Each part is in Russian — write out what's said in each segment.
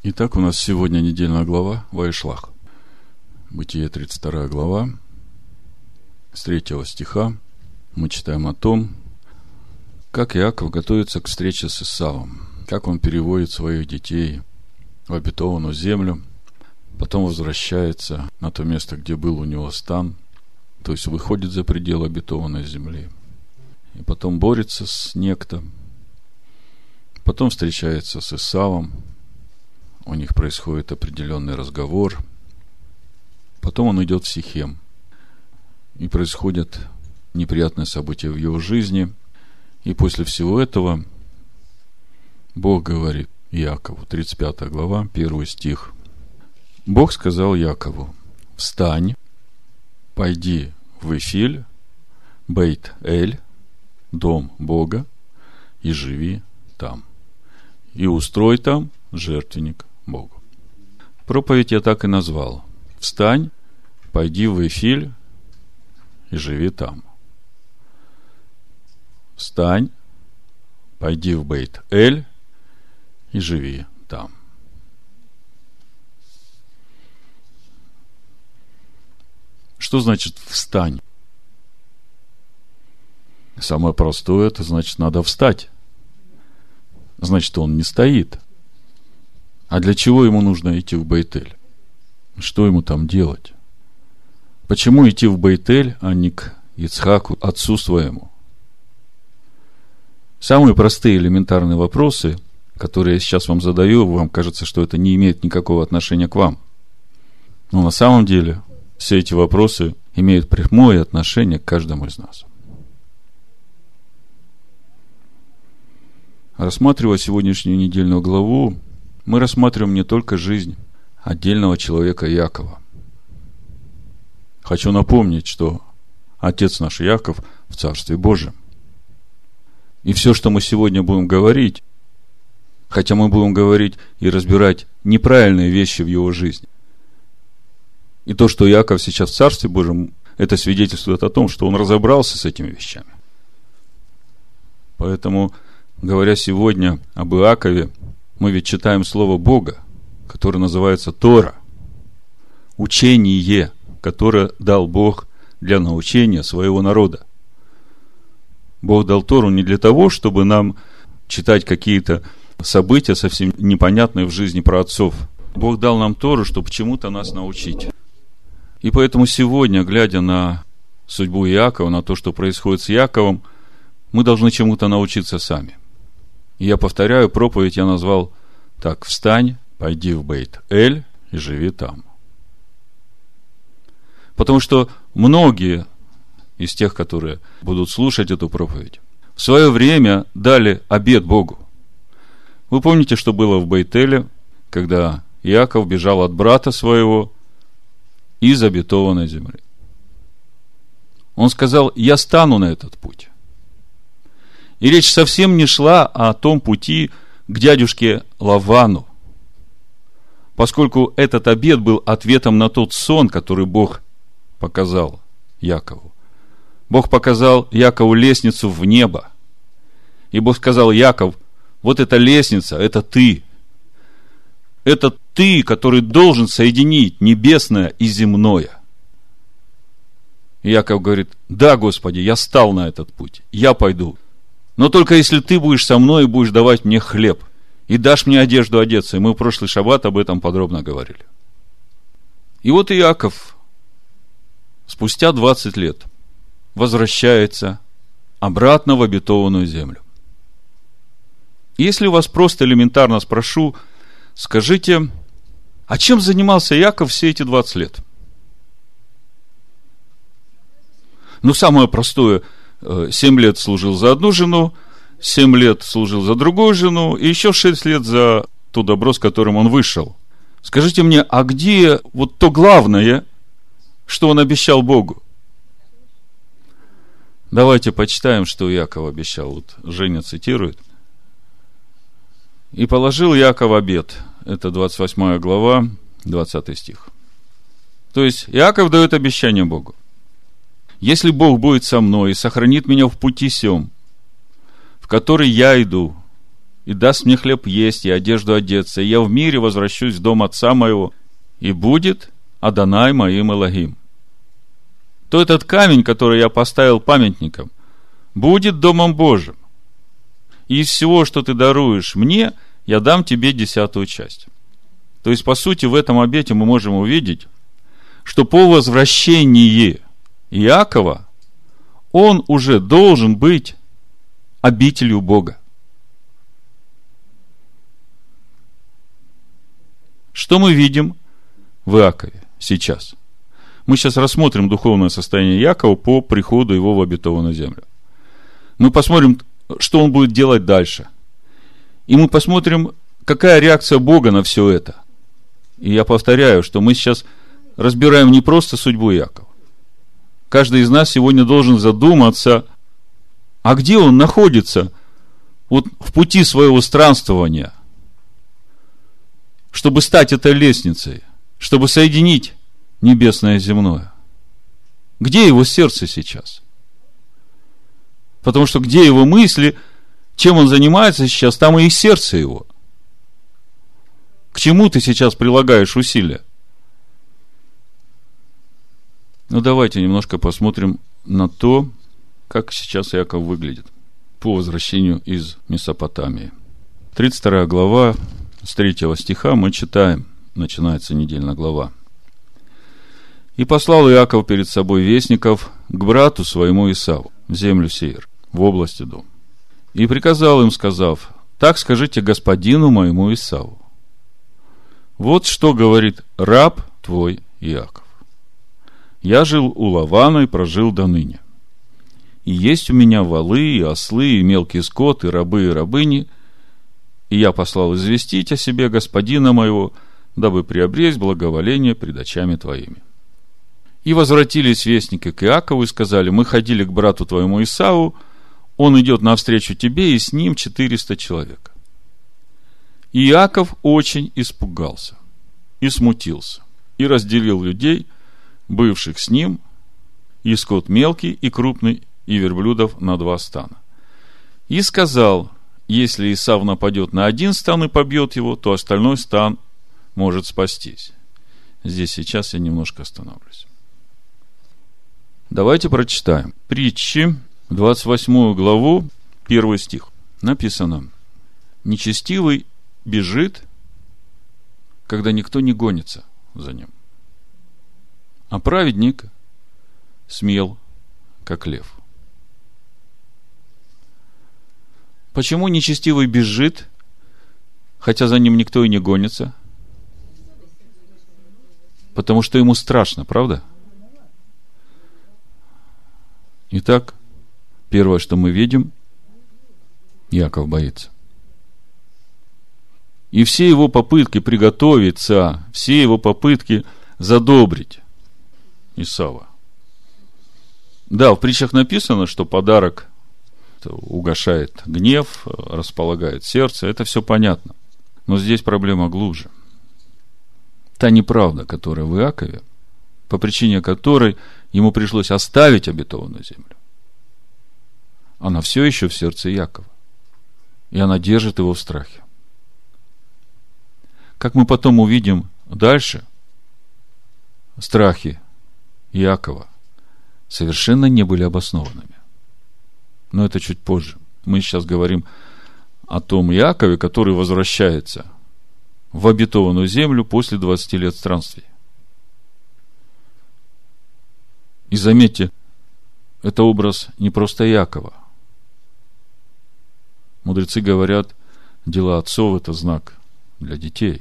Итак, у нас сегодня недельная глава Ваишлах. Бытие, 32 глава, с 3 стиха мы читаем о том, как Иаков готовится к встрече с Исавом, как он переводит своих детей в обетованную землю, потом возвращается на то место, где был у него стан, то есть выходит за пределы обетованной земли, и потом борется с некто, потом встречается с Исавом, у них происходит определенный разговор, потом он идет в Сихем, и происходят неприятные события в его жизни, и после всего этого Бог говорит Иакову, 35 глава, 1 стих. Бог сказал Иакову: «Встань, пойди в Вифиль, Бейт-Эль, дом Бога, и живи там, и устрой там жертвенник Богу». Проповедь я так и назвал: «Встань, пойди в Вифиль и живи там». Встань, пойди в Бейт-Эль и живи там. Что значит «встань»? Самое простое, это значит, надо встать. Значит, он не стоит. А для чего ему нужно идти в Бейт-Эль? Что ему там делать? Почему идти в Бейт-Эль, а не к Ицхаку, отцу своему? Самые простые элементарные вопросы, которые я сейчас вам задаю, вам кажется, что это не имеет никакого отношения к вам. Но на самом деле все эти вопросы имеют прямое отношение к каждому из нас. Рассматривая сегодняшнюю недельную главу, мы рассматриваем не только жизнь отдельного человека Иакова. Хочу напомнить, что отец наш Иаков в Царстве Божьем. И все, что мы сегодня будем говорить, хотя мы будем говорить и разбирать неправильные вещи в его жизни, и то, что Иаков сейчас в Царстве Божьем, это свидетельствует о том, что он разобрался с этими вещами. Поэтому, говоря сегодня об Иакове, мы ведь читаем слово Бога, которое называется Тора, учение, которое дал Бог для научения своего народа. Бог дал Тору не для того, чтобы нам читать какие-то события совсем непонятные в жизни праотцов. Бог дал нам Тору, чтобы чему-то нас научить. И поэтому сегодня, глядя на судьбу Иакова, на то, что происходит с Иаковом, мы должны чему-то научиться сами. И я повторяю, проповедь я назвал так: «Встань, пойди в Бейт-Эль и живи там». Потому что многие из тех, которые будут слушать эту проповедь, в свое время дали обет Богу. Вы помните, что было в Бейт-Эле, когда Иаков бежал от брата своего из обетованной земли? Он сказал: «Я стану на этот путь». И речь совсем не шла о том пути к дядюшке Лавану, поскольку этот обет был ответом на тот сон, который Бог показал Якову. Бог показал Якову лестницу в небо. И Бог сказал: «Яков, вот эта лестница, это ты. Это ты, который должен соединить небесное и земное». И Яков говорит: «Да, Господи, я стал на этот путь, я пойду. Но только если ты будешь со мной и будешь давать мне хлеб, и дашь мне одежду одеться». И мы в прошлый шаббат об этом подробно говорили. И вот Иаков спустя 20 лет возвращается обратно в обетованную землю. Если вас просто элементарно спрошу, скажите, а чем занимался Иаков все эти 20 лет? Самое простое: 7 лет служил за одну жену, 7 лет служил за другую жену, и еще 6 лет за то добро, с которым он вышел. Скажите мне, а где вот то главное, что он обещал Богу? Давайте почитаем, что Иаков обещал. Вот Женя цитирует. «И положил Иаков обет». Это 28 глава, 20 стих. То есть Иаков дает обещание Богу: «Если Бог будет со мной и сохранит меня в пути сем, в который я иду, и даст мне хлеб есть, и одежду одеться, и я в мире возвращусь в дом отца моего, и будет Адонай моим Элохим. То этот камень, который я поставил памятником, будет Домом Божьим. И из всего, что ты даруешь мне, я дам тебе 10 часть. То есть, по сути, в этом обете мы можем увидеть, что по возвращении Иакова он уже должен быть обителью Бога. Что мы видим в Иакове сейчас? Мы сейчас рассмотрим духовное состояние Иакова по приходу его в обетованную землю. Мы посмотрим, что он будет делать дальше. И мы посмотрим, какая реакция Бога на все это. И я повторяю, что мы сейчас разбираем не просто судьбу Иакова. Каждый из нас сегодня должен задуматься, а где он находится вот в пути своего странствования, чтобы стать этой лестницей, чтобы соединить небесное и земное. Где его сердце сейчас? Потому что где его мысли, чем он занимается сейчас, там и сердце его. К чему ты сейчас прилагаешь усилия? Ну, давайте немножко посмотрим на то, как сейчас Иаков выглядит по возвращению из Месопотамии. 32 глава, с 3 стиха мы читаем, начинается недельная глава. «И послал Иаков перед собой вестников к брату своему Исаву в землю Сеир, в области Дом. И приказал им, сказав: так скажите господину моему Исаву: вот что говорит раб твой Иаков. Я жил у Лавана и прожил до ныне. И есть у меня волы, и ослы, и мелкий скот, и рабы, и рабыни. И я послал известить о себе господина моего, дабы приобресть благоволение пред очами твоими. И возвратились вестники к Иакову и сказали: мы ходили к брату твоему Исаву, он идет навстречу тебе, и с ним 400 человек. И Иаков очень испугался и смутился, и разделил людей, бывших с ним, и скот мелкий и крупный, и верблюдов на 2 стана. И сказал: если Исав нападет на 1 стан и побьет его, то остальной стан может спастись. Здесь сейчас я немножко остановлюсь. Давайте прочитаем. Притчи, 28 главу, 1 стих. Написано: нечестивый бежит, когда никто не гонится за ним, а праведник смел, как лев. Почему нечестивый бежит, хотя за ним никто и не гонится? Потому что ему страшно, правда? Итак, первое, что мы видим, Иаков боится. И все его попытки приготовиться, все его попытки задобрить Исава. Да, в притчах написано, что подарок угашает гнев, располагает сердце. Это все понятно. Но здесь проблема глубже. Та неправда, которая в Иакове, по причине которой ему пришлось оставить обетованную землю, она все еще в сердце Иакова. И она держит его в страхе. Как мы потом увидим дальше, страхи Иакова совершенно не были обоснованными. Но это чуть позже. Мы сейчас говорим о том Иакове, который возвращается в обетованную землю после 20 лет странствий. И заметьте, это образ не просто Иакова. Мудрецы говорят, дела отцов – это знак для детей.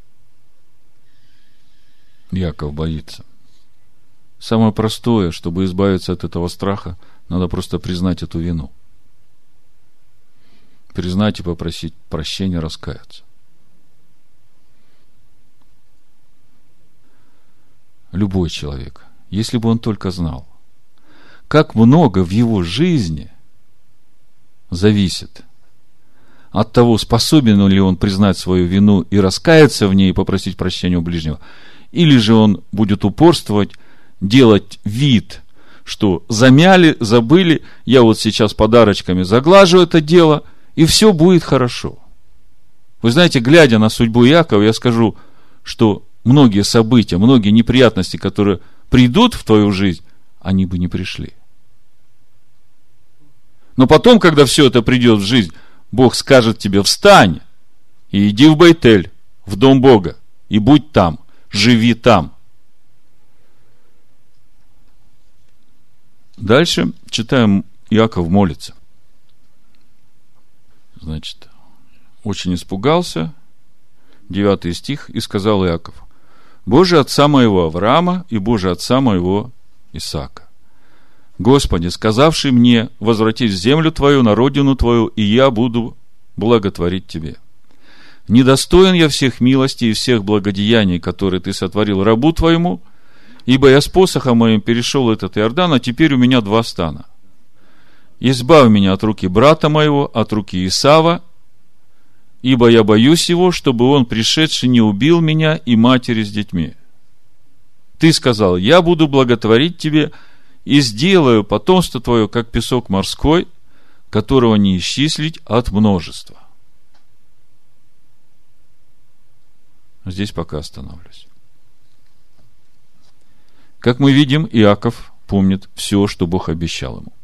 Иаков боится. Самое простое, чтобы избавиться от этого страха, надо просто признать эту вину. Признать и попросить прощения, раскаяться. Любой человек, если бы он только знал, как много в его жизни зависит от того, способен ли он признать свою вину и раскаяться в ней и попросить прощения у ближнего, или же он будет упорствовать, делать вид, что замяли, забыли, я вот сейчас подарочками заглажу это дело, и все будет хорошо. Вы знаете, глядя на судьбу Иакова, я скажу, что многие события, многие неприятности, которые придут в твою жизнь, они бы не пришли. Но потом, когда все это придет в жизнь, Бог скажет тебе: встань и иди в Бейтель, в дом Бога, и будь там, живи там. Дальше читаем, Иаков молится. Значит, очень испугался, 9 стих, и сказал Иаков: Боже отца моего Авраама и Боже отца моего Исаака, Господи, сказавший мне: возвратись в землю твою, на родину твою, и я буду благотворить тебе. Недостоин я всех милостей и всех благодеяний, которые ты сотворил рабу твоему, ибо я с посохом моим перешел этот Иордан, а теперь у меня 2 стана. Избавь меня от руки брата моего, от руки Исава, ибо я боюсь его, чтобы он, пришедший, не убил меня и матери с детьми. Ты сказал: я буду благотворить тебе и сделаю потомство твое, как песок морской, которого не исчислить от множества. Здесь пока остановлюсь. Как мы видим, Иаков помнит все, что Бог обещал ему.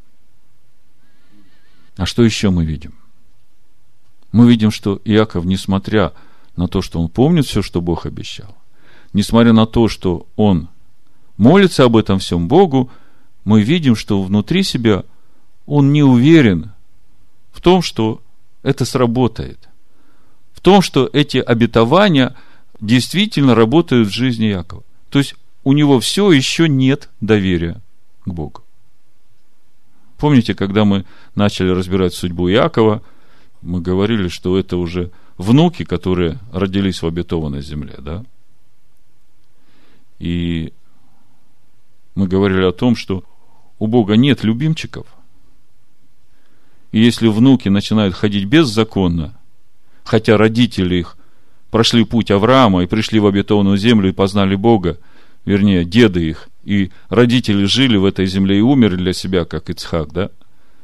А что еще мы видим? Мы видим, что Иаков, несмотря на то, что он помнит все, что Бог обещал, несмотря на то, что он молится об этом всем Богу, мы видим, что внутри себя он не уверен в том, что это сработает, в том, что эти обетования действительно работают в жизни Иакова. То есть у него все еще нет доверия к Богу. Помните, когда мы начали разбирать судьбу Иакова, мы говорили, что это уже внуки, которые родились в обетованной земле, да? И мы говорили о том, что у Бога нет любимчиков. И если внуки начинают ходить беззаконно, хотя родители их прошли путь Авраама и пришли в обетованную землю и познали Бога, вернее, деды их, и родители жили в этой земле и умерли для себя, как Ицхак, да?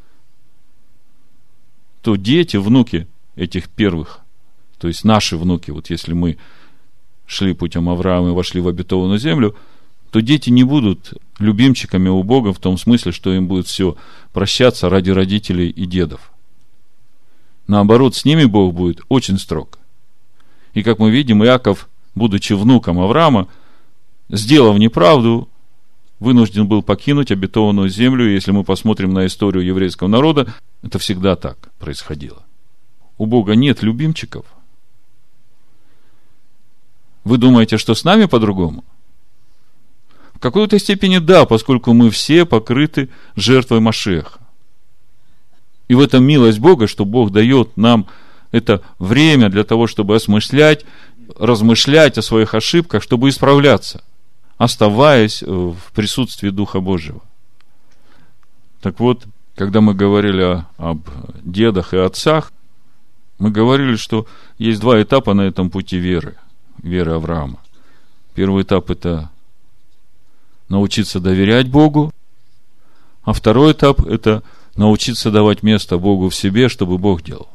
То дети, внуки этих первых, то есть наши внуки, вот если мы шли путем Авраама и вошли в обетованную землю, то дети не будут любимчиками у Бога в том смысле, что им будет все прощаться ради родителей и дедов. Наоборот, с ними Бог будет очень строг. И как мы видим, Иаков, будучи внуком Авраама, сделав неправду, вынужден был покинуть обетованную землю. Если мы посмотрим на историю еврейского народа, это всегда так происходило. У Бога нет любимчиков. Вы думаете, что с нами по-другому? В какой-то степени да, поскольку мы все покрыты жертвой Машиаха. И в этом милость Бога, что Бог дает нам это время для того, чтобы осмыслять, размышлять о своих ошибках, чтобы исправляться, оставаясь в присутствии Духа Божьего. Так вот, когда мы говорили об дедах и отцах, мы говорили, что есть 2 этапа на этом пути веры Авраама. Первый этап – это научиться доверять Богу, а второй этап – это научиться давать место Богу в себе, чтобы Бог делал.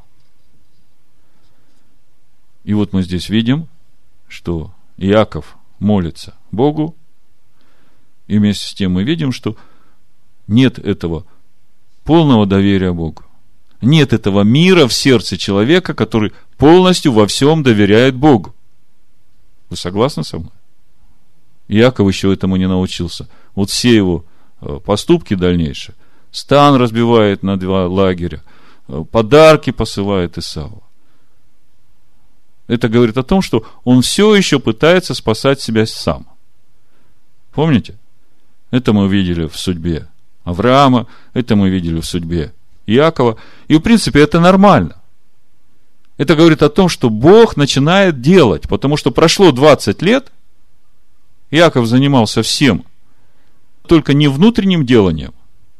И вот мы здесь видим, что Иаков молится Богу, и вместе с тем мы видим, что нет этого полного доверия Богу. Нет этого мира в сердце человека, который полностью во всем доверяет Богу. Вы согласны со мной? Иаков еще этому не научился. Вот все его поступки дальнейшие. Стан разбивает на 2 лагеря, подарки посылает Исаву. Это говорит о том, что он все еще пытается спасать себя сам. Помните? Это мы видели в судьбе Авраама, это мы видели в судьбе Иакова. И в принципе это нормально. Это говорит о том, что Бог начинает делать, потому что прошло 20 лет, Иаков занимался всем, только не внутренним деланием.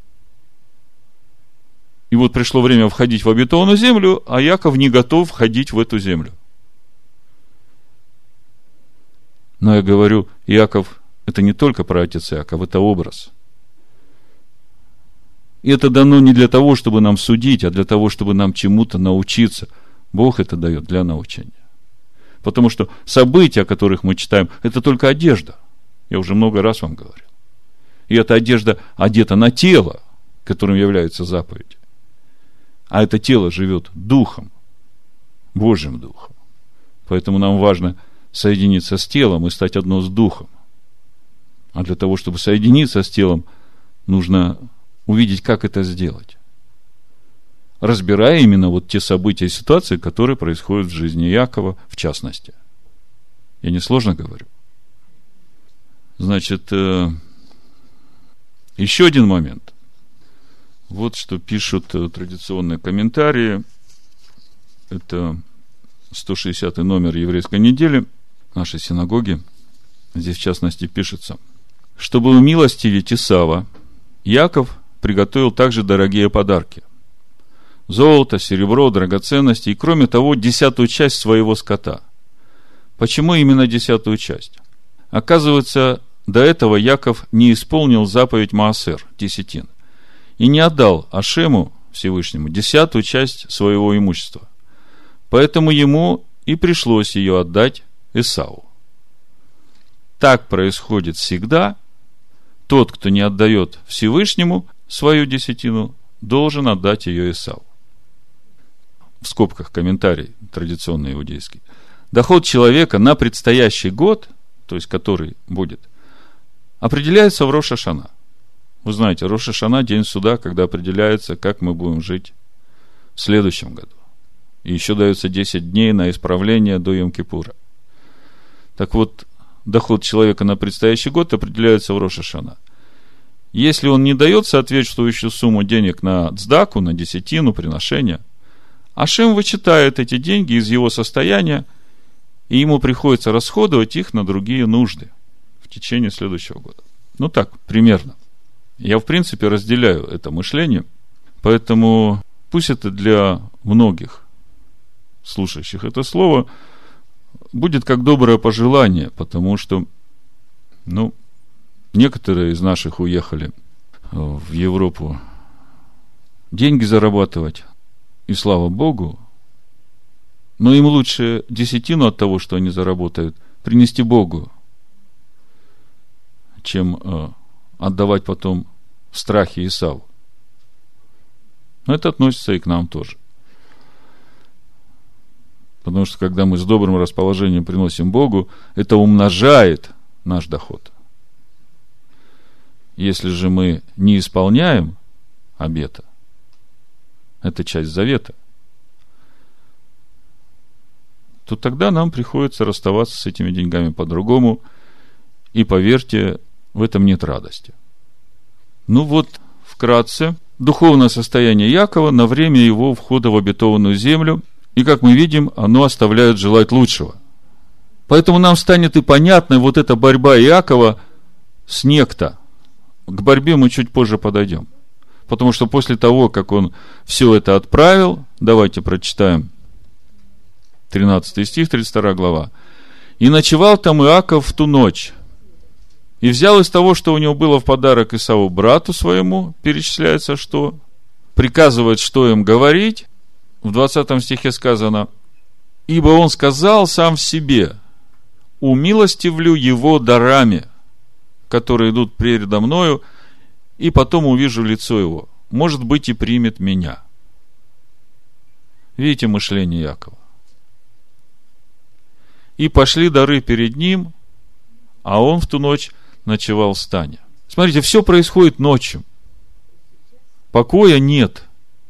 И вот пришло время входить в обетованную землю, а Иаков не готов входить в эту землю. Но я говорю, Иаков – это не только про отец Иаков, это образ. И это дано не для того, чтобы нам судить, а для того, чтобы нам чему-то научиться. Бог это дает для научения. Потому что события, о которых мы читаем, это только одежда. Я уже много раз вам говорил. И эта одежда одета на тело, которым является заповедь. А это тело живет духом, Божьим духом. Поэтому нам важно соединиться с телом и стать одно с духом. А для того, чтобы соединиться с телом, нужно увидеть, как это сделать. Разбирая именно вот те события и ситуации, которые происходят в жизни Иакова, в частности. Я не сложно говорю. Значит, еще один момент. Вот что пишут традиционные комментарии. Это 160 номер еврейской недели нашей синагоги. Здесь, в частности, пишется: чтобы умилостивить Исава, Иаков приготовил также дорогие подарки: золото, серебро, драгоценности и, кроме того, 10-ю часть своего скота. Почему именно 10-ю часть? Оказывается, до этого Иаков не исполнил заповедь Маасер, десятин, и не отдал Ашему, Всевышнему, 10-ю часть своего имущества. Поэтому ему и пришлось ее отдать Исаву. Так происходит всегда. Тот, кто не отдает Всевышнему свою десятину, должен отдать ее Исаву. В скобках комментарий традиционный иудейский. Доход человека на предстоящий год, то есть который будет, определяется в Рош ха-Шана. Вы знаете, Рош ха-Шана — день суда, когда определяется, как мы будем жить в следующем году. И еще дается 10 дней на исправление до Йом-Кипура. Так вот, доход человека на предстоящий год определяется в Рош ха-Шана. Если он не дает соответствующую сумму денег на цдаку, на десятину, приношение, Ашем вычитает эти деньги из его состояния, и ему приходится расходовать их на другие нужды в течение следующего года. Ну так, примерно. Я, в принципе, разделяю это мышление, поэтому пусть это для многих слушающих это слово будет как доброе пожелание, потому что, некоторые из наших уехали в Европу деньги зарабатывать, и слава Богу, но им лучше десятину от того, что они заработают, принести Богу, чем отдавать потом в страхе Исаву. Но это относится и к нам тоже. Потому что, когда мы с добрым расположением приносим Богу, это умножает наш доход. Если же мы не исполняем обета, это часть завета, то тогда нам приходится расставаться с этими деньгами по-другому, и, поверьте, в этом нет радости. Вкратце, духовное состояние Иакова на время его входа в обетованную землю, и, как мы видим, оно оставляет желать лучшего. Поэтому нам станет и понятной вот эта борьба Иакова с некто. К борьбе мы чуть позже подойдем. Потому что после того, как он все это отправил, давайте прочитаем 13 стих, 32 глава. «И ночевал там Иаков в ту ночь, и взял из того, что у него было в подарок Исаву брату своему», перечисляется, что приказывает, что им говорить. В 20 стихе сказано: «Ибо он сказал сам в себе: умилостивлю его дарами, которые идут передо мною, и потом увижу лицо его. Может быть, и примет меня». Видите мышление Иакова? «И пошли дары перед ним, а он в ту ночь ночевал в стане». Смотрите, все происходит ночью. Покоя нет.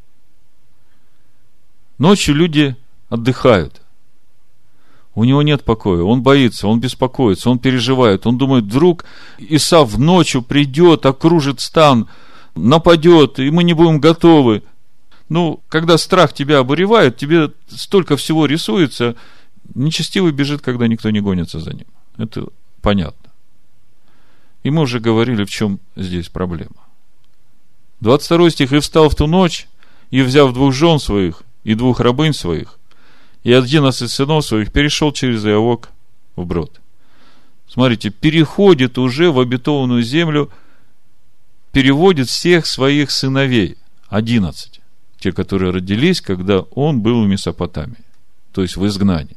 Ночью люди отдыхают. У него нет покоя, он боится, он беспокоится, он переживает, он думает, вдруг Исав ночью придет, окружит стан, нападет, и мы не будем готовы. Когда страх тебя обуревает, тебе столько всего рисуется, нечестивый бежит, когда никто не гонится за ним. Это понятно. И мы уже говорили, в чем здесь проблема. 22 стих: «И встал в ту ночь, и, взяв 2 жен своих и 2 рабынь своих, и 11 сынов своих, перешел через Иавок вброд». Смотрите, переходит уже в обетованную землю, переводит всех своих сыновей, 11, те, которые родились, когда он был в Месопотамии. то есть в изгнании.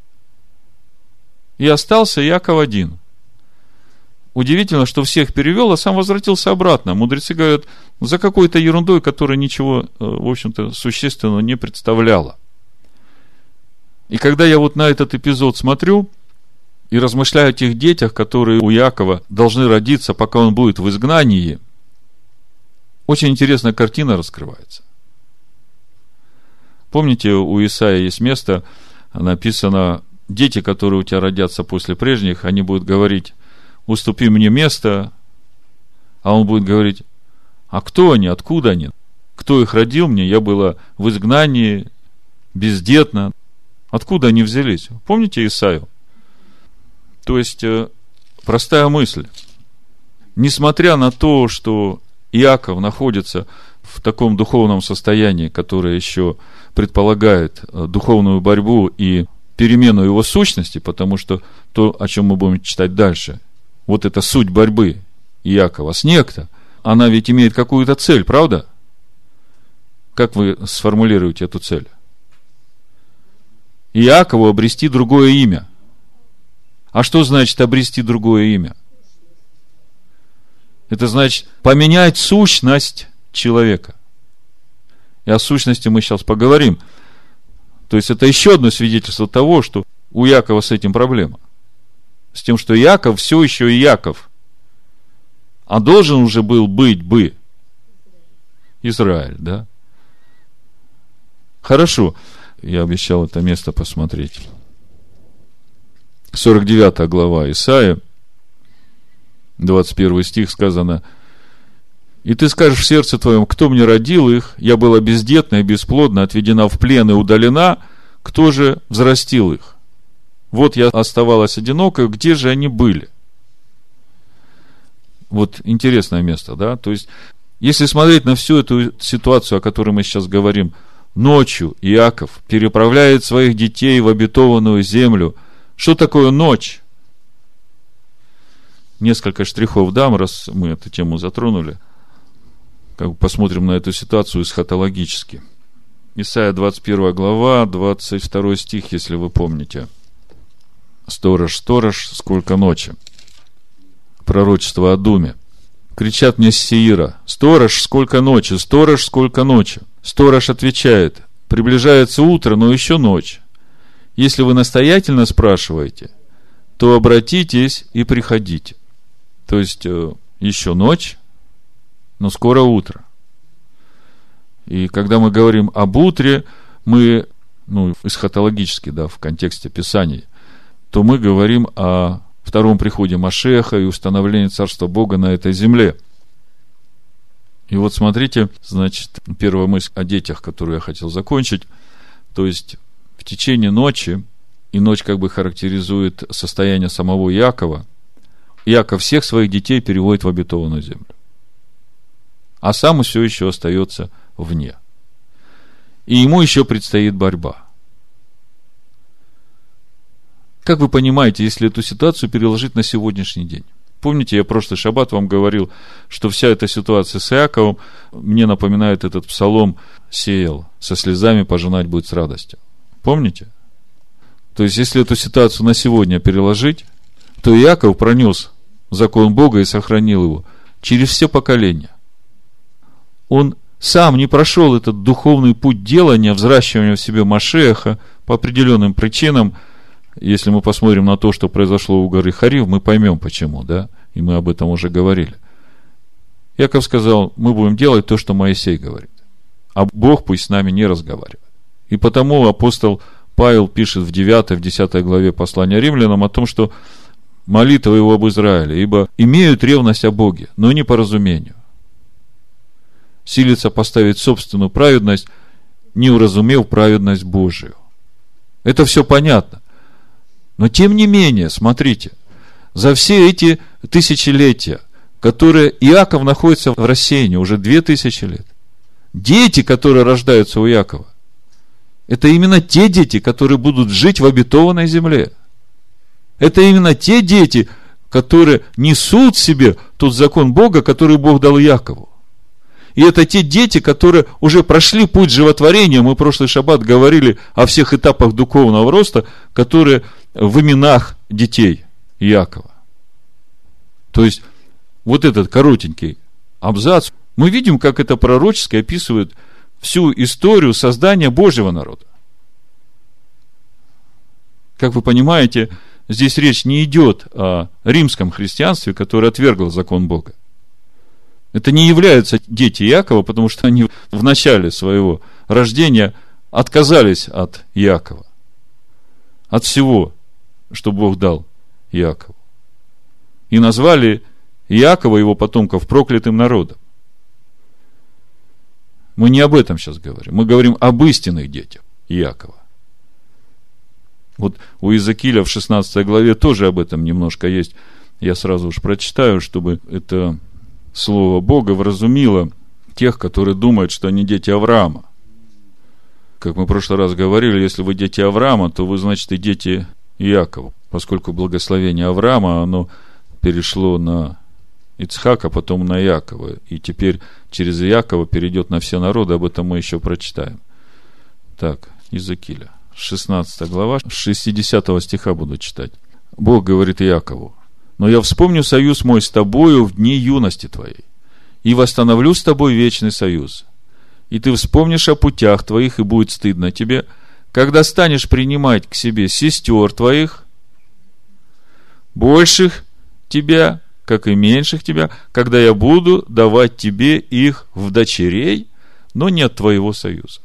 И остался Иаков один. Удивительно, что всех перевел, а сам возвратился обратно. Мудрецы говорят, за какой-то ерундой, которая ничего, в общем-то, существенного не представляла. И когда я вот на этот эпизод смотрю и размышляю о тех детях, которые у Иакова должны родиться, пока он будет в изгнании, очень интересная картина раскрывается. Помните, у Исаия есть место, написано: дети, которые у тебя родятся после прежних, они будут говорить: уступи мне место, а он будет говорить: а кто они, откуда они, кто их родил мне, я была в изгнании, бездетна, откуда они взялись? Помните Исаию? То есть, простая мысль. Несмотря на то, что Иаков находится в таком духовном состоянии, которое еще предполагает духовную борьбу и перемену его сущности, потому что то, о чем мы будем читать дальше, вот эта суть борьбы Иакова с некто, она ведь имеет какую-то цель, правда? Как вы сформулируете эту цель? Иакову обрести другое имя. А что значит обрести другое имя? Это значит поменять сущность человека. И о сущности мы сейчас поговорим. То есть это еще одно свидетельство того, что у Иакова с этим проблема. С тем, что Иаков все еще Иаков. А должен уже был быть бы Израиль, да? Хорошо. Я обещал это место посмотреть. 49 глава Исаия, 21 стих сказано: «И ты скажешь в сердце твоем: кто мне родил их? Я была бездетна и бесплодна, отведена в плен и удалена. Кто же взрастил их? Вот я оставалась одинокой, где же они были?» Вот интересное место, да? То есть, если смотреть на всю эту ситуацию, о которой мы сейчас говорим, ночью Иаков переправляет своих детей в обетованную землю. Что такое ночь? Несколько штрихов дам, раз мы эту тему затронули. Как бы посмотрим на эту ситуацию эсхатологически. Исайя 21 глава, 22 стих, если вы помните. «Сторож, сторож, сколько ночи». Пророчество о Думе. Кричат мне с Сеира: «Сторож, сколько ночи! Сторож, сколько ночи!» Сторож отвечает: «Приближается утро, но еще ночь. Если вы настоятельно спрашиваете, то обратитесь и приходите». То есть, еще ночь, но скоро утро. И когда мы говорим об утре, мы, эсхатологически, да, в контексте Писаний, то мы говорим о втором приходе Машеха и установлении Царства Бога на этой земле. И вот смотрите, значит, первая мысль о детях, которую я хотел закончить. То есть, в течение ночи, и ночь как бы характеризует состояние самого Иакова, Иаков всех своих детей переводит в обетованную землю. А сам все еще остается вне. И ему еще предстоит борьба. Как вы понимаете, если эту ситуацию переложить на сегодняшний день? Помните, я прошлый шаббат вам говорил, что вся эта ситуация с Иаковом мне напоминает этот псалом: «Сеял со слезами, пожинать будет с радостью». Помните? То есть, если эту ситуацию на сегодня переложить, то Иаков пронес закон Бога и сохранил его через все поколения. Он сам не прошел этот духовный путь делания, взращивания в себе Машеха по определенным причинам. Если мы посмотрим на то, что произошло у горы Харив, мы поймем почему, да? И мы об этом уже говорили. Иаков сказал: мы будем делать то, что Моисей говорит, а Бог пусть с нами не разговаривает. И потому апостол Павел пишет в 9, в 10 главе послания Римлянам о том, что молитва его об Израиле: ибо имеют ревность о Боге, но не по разумению. Силится поставить собственную праведность, не уразумев праведность Божию. Это все понятно. Но тем не менее, смотрите, за все эти тысячелетия, которые Иаков находится в рассеянии уже 2000 лет, дети, которые рождаются у Иакова, это именно те дети, которые будут жить в обетованной земле. Это именно те дети, которые несут в себе тот закон Бога, который Бог дал Иакову. И это те дети, которые уже прошли путь животворения. Мы в прошлый шаббат говорили о всех этапах духовного роста, которые в именах детей Иакова. То есть, вот этот коротенький абзац, мы видим, как это пророчески описывает всю историю создания Божьего народа. Как вы понимаете, здесь речь не идет о римском христианстве, которое отвергло закон Бога. Это не являются дети Иакова, потому что они в начале своего рождения отказались от Иакова, от всего, что Бог дал Иакову. И назвали Иакова и его потомков проклятым народом. Мы не об этом сейчас говорим. Мы говорим об истинных детях Иакова. Вот у Иезекииля в 16 главе тоже об этом немножко есть. Я сразу уж прочитаю, чтобы это слово Бога вразумило тех, которые думают, что они дети Авраама. Как мы в прошлый раз говорили, если вы дети Авраама, то вы, значит, и дети Иакова. Поскольку благословение Авраама, оно перешло на Ицхака, потом на Иакова. И теперь через Иакова перейдет на все народы. Об этом мы еще прочитаем. Так, Иезекииля, 16 глава, с 60 стиха буду читать. Бог говорит Иакову: «Но я вспомню союз мой с тобою в дни юности твоей, и восстановлю с тобой вечный союз. И ты вспомнишь о путях твоих, и будет стыдно тебе, когда станешь принимать к себе сестер твоих, больших тебя, как и меньших тебя, когда я буду давать тебе их в дочерей, но не от твоего союза».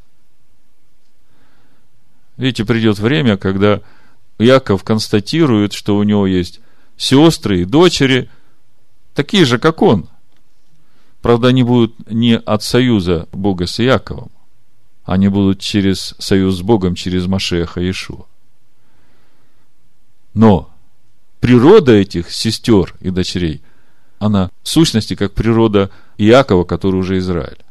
Видите, придет время, когда Иаков констатирует, что у него есть сестры и дочери, такие же, как он. Правда, они будут не от союза Бога с Иаковом, они будут через союз с Богом, через Машиаха Иешуа. Но природа этих сестер и дочерей, она в сущности как природа Иакова, который уже Израиль.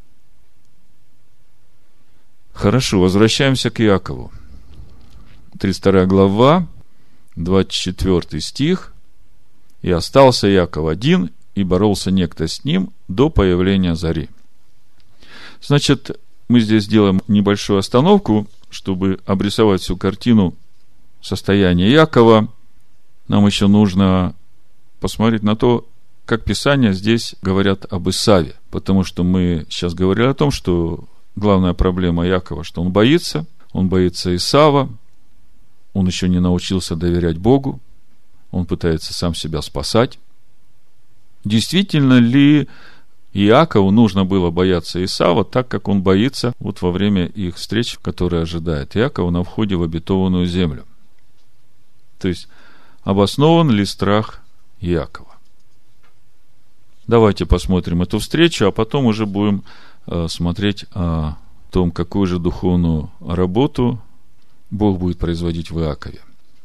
Хорошо, возвращаемся к Иакову. 32 глава, 24 стих. «И остался Иаков один, и боролся некто с ним до появления зари». Значит, мы здесь делаем небольшую остановку, чтобы обрисовать всю картину состояния Иакова. Нам еще нужно посмотреть на то, как Писания здесь говорят об Исаве. Потому что мы сейчас говорили о том, что главная проблема Иакова, что он боится Исава, он еще не научился доверять Богу, он пытается сам себя спасать. Действительно ли Иакову нужно было бояться Исава, так как он боится вот во время их встреч, которые ожидает Иакова на входе в обетованную землю? То есть, обоснован ли страх Иакова? Давайте посмотрим эту встречу, а потом уже будем смотреть о том, какую же духовную работу Бог будет производить в Иакове.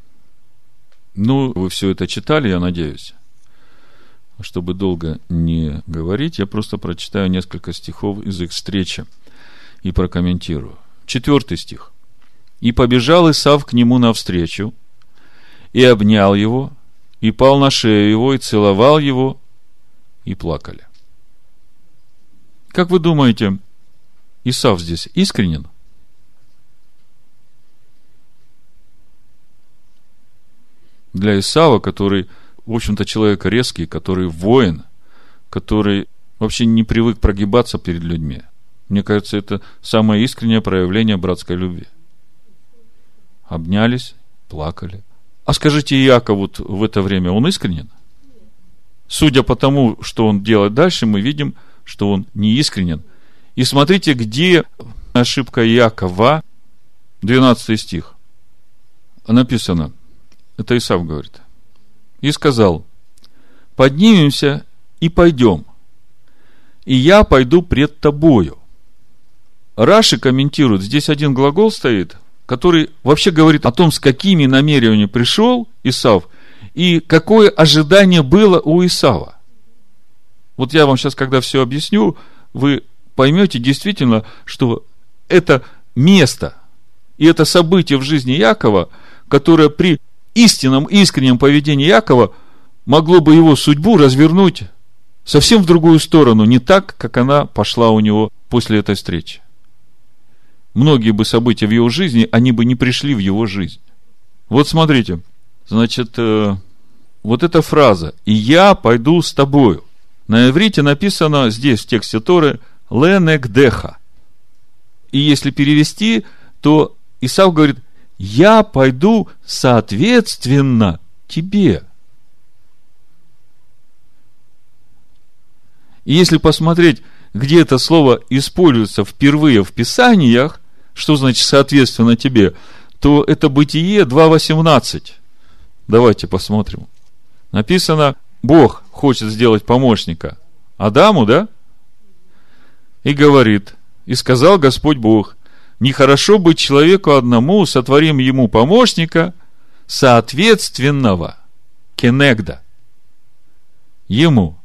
Вы все это читали, я надеюсь. Чтобы долго не говорить, я просто прочитаю несколько стихов из их встречи и прокомментирую. 4 стих. «И побежал Исав к нему навстречу, и обнял его, и пал на шею его, и целовал его, и плакали». Как вы думаете, Исав здесь искренен? Для Исава, который, в общем-то, человек резкий, который воин, который вообще не привык прогибаться перед людьми. Мне кажется, это самое искреннее проявление братской любви. Обнялись, плакали. А скажите, Иаков вот в это время, он искренен? Судя по тому, что он делает дальше, мы видим, что он не искренен. И смотрите, где ошибка Иакова, 12 стих. Написано, это Исав говорит: «И сказал: поднимемся и пойдем, и я пойду пред тобою». Раши комментирует, здесь один глагол стоит, который вообще говорит о том, с какими намерениями пришел Исав, и какое ожидание было у Исава. Вот я вам сейчас, когда все объясню, вы поймете действительно, что это место и это событие в жизни Иакова, которое при истинном, искреннем поведении Иакова могло бы его судьбу развернуть совсем в другую сторону, не так, как она пошла у него после этой встречи. Многие бы события в его жизни, они бы не пришли в его жизнь. Вот смотрите, значит, вот эта фраза «И я пойду с тобою». На иврите написано здесь, в тексте Торы, «ленегдеха». И если перевести, то Исав говорит: «Я пойду соответственно тебе». И если посмотреть, где это слово используется впервые в Писаниях, что значит «соответственно тебе», то это Бытие 2:18. Давайте посмотрим. Написано: Бог хочет сделать помощника Адаму, да? И говорит: «И сказал Господь Бог: нехорошо быть человеку одному, сотворим ему помощника, соответственного, кенегда, ему».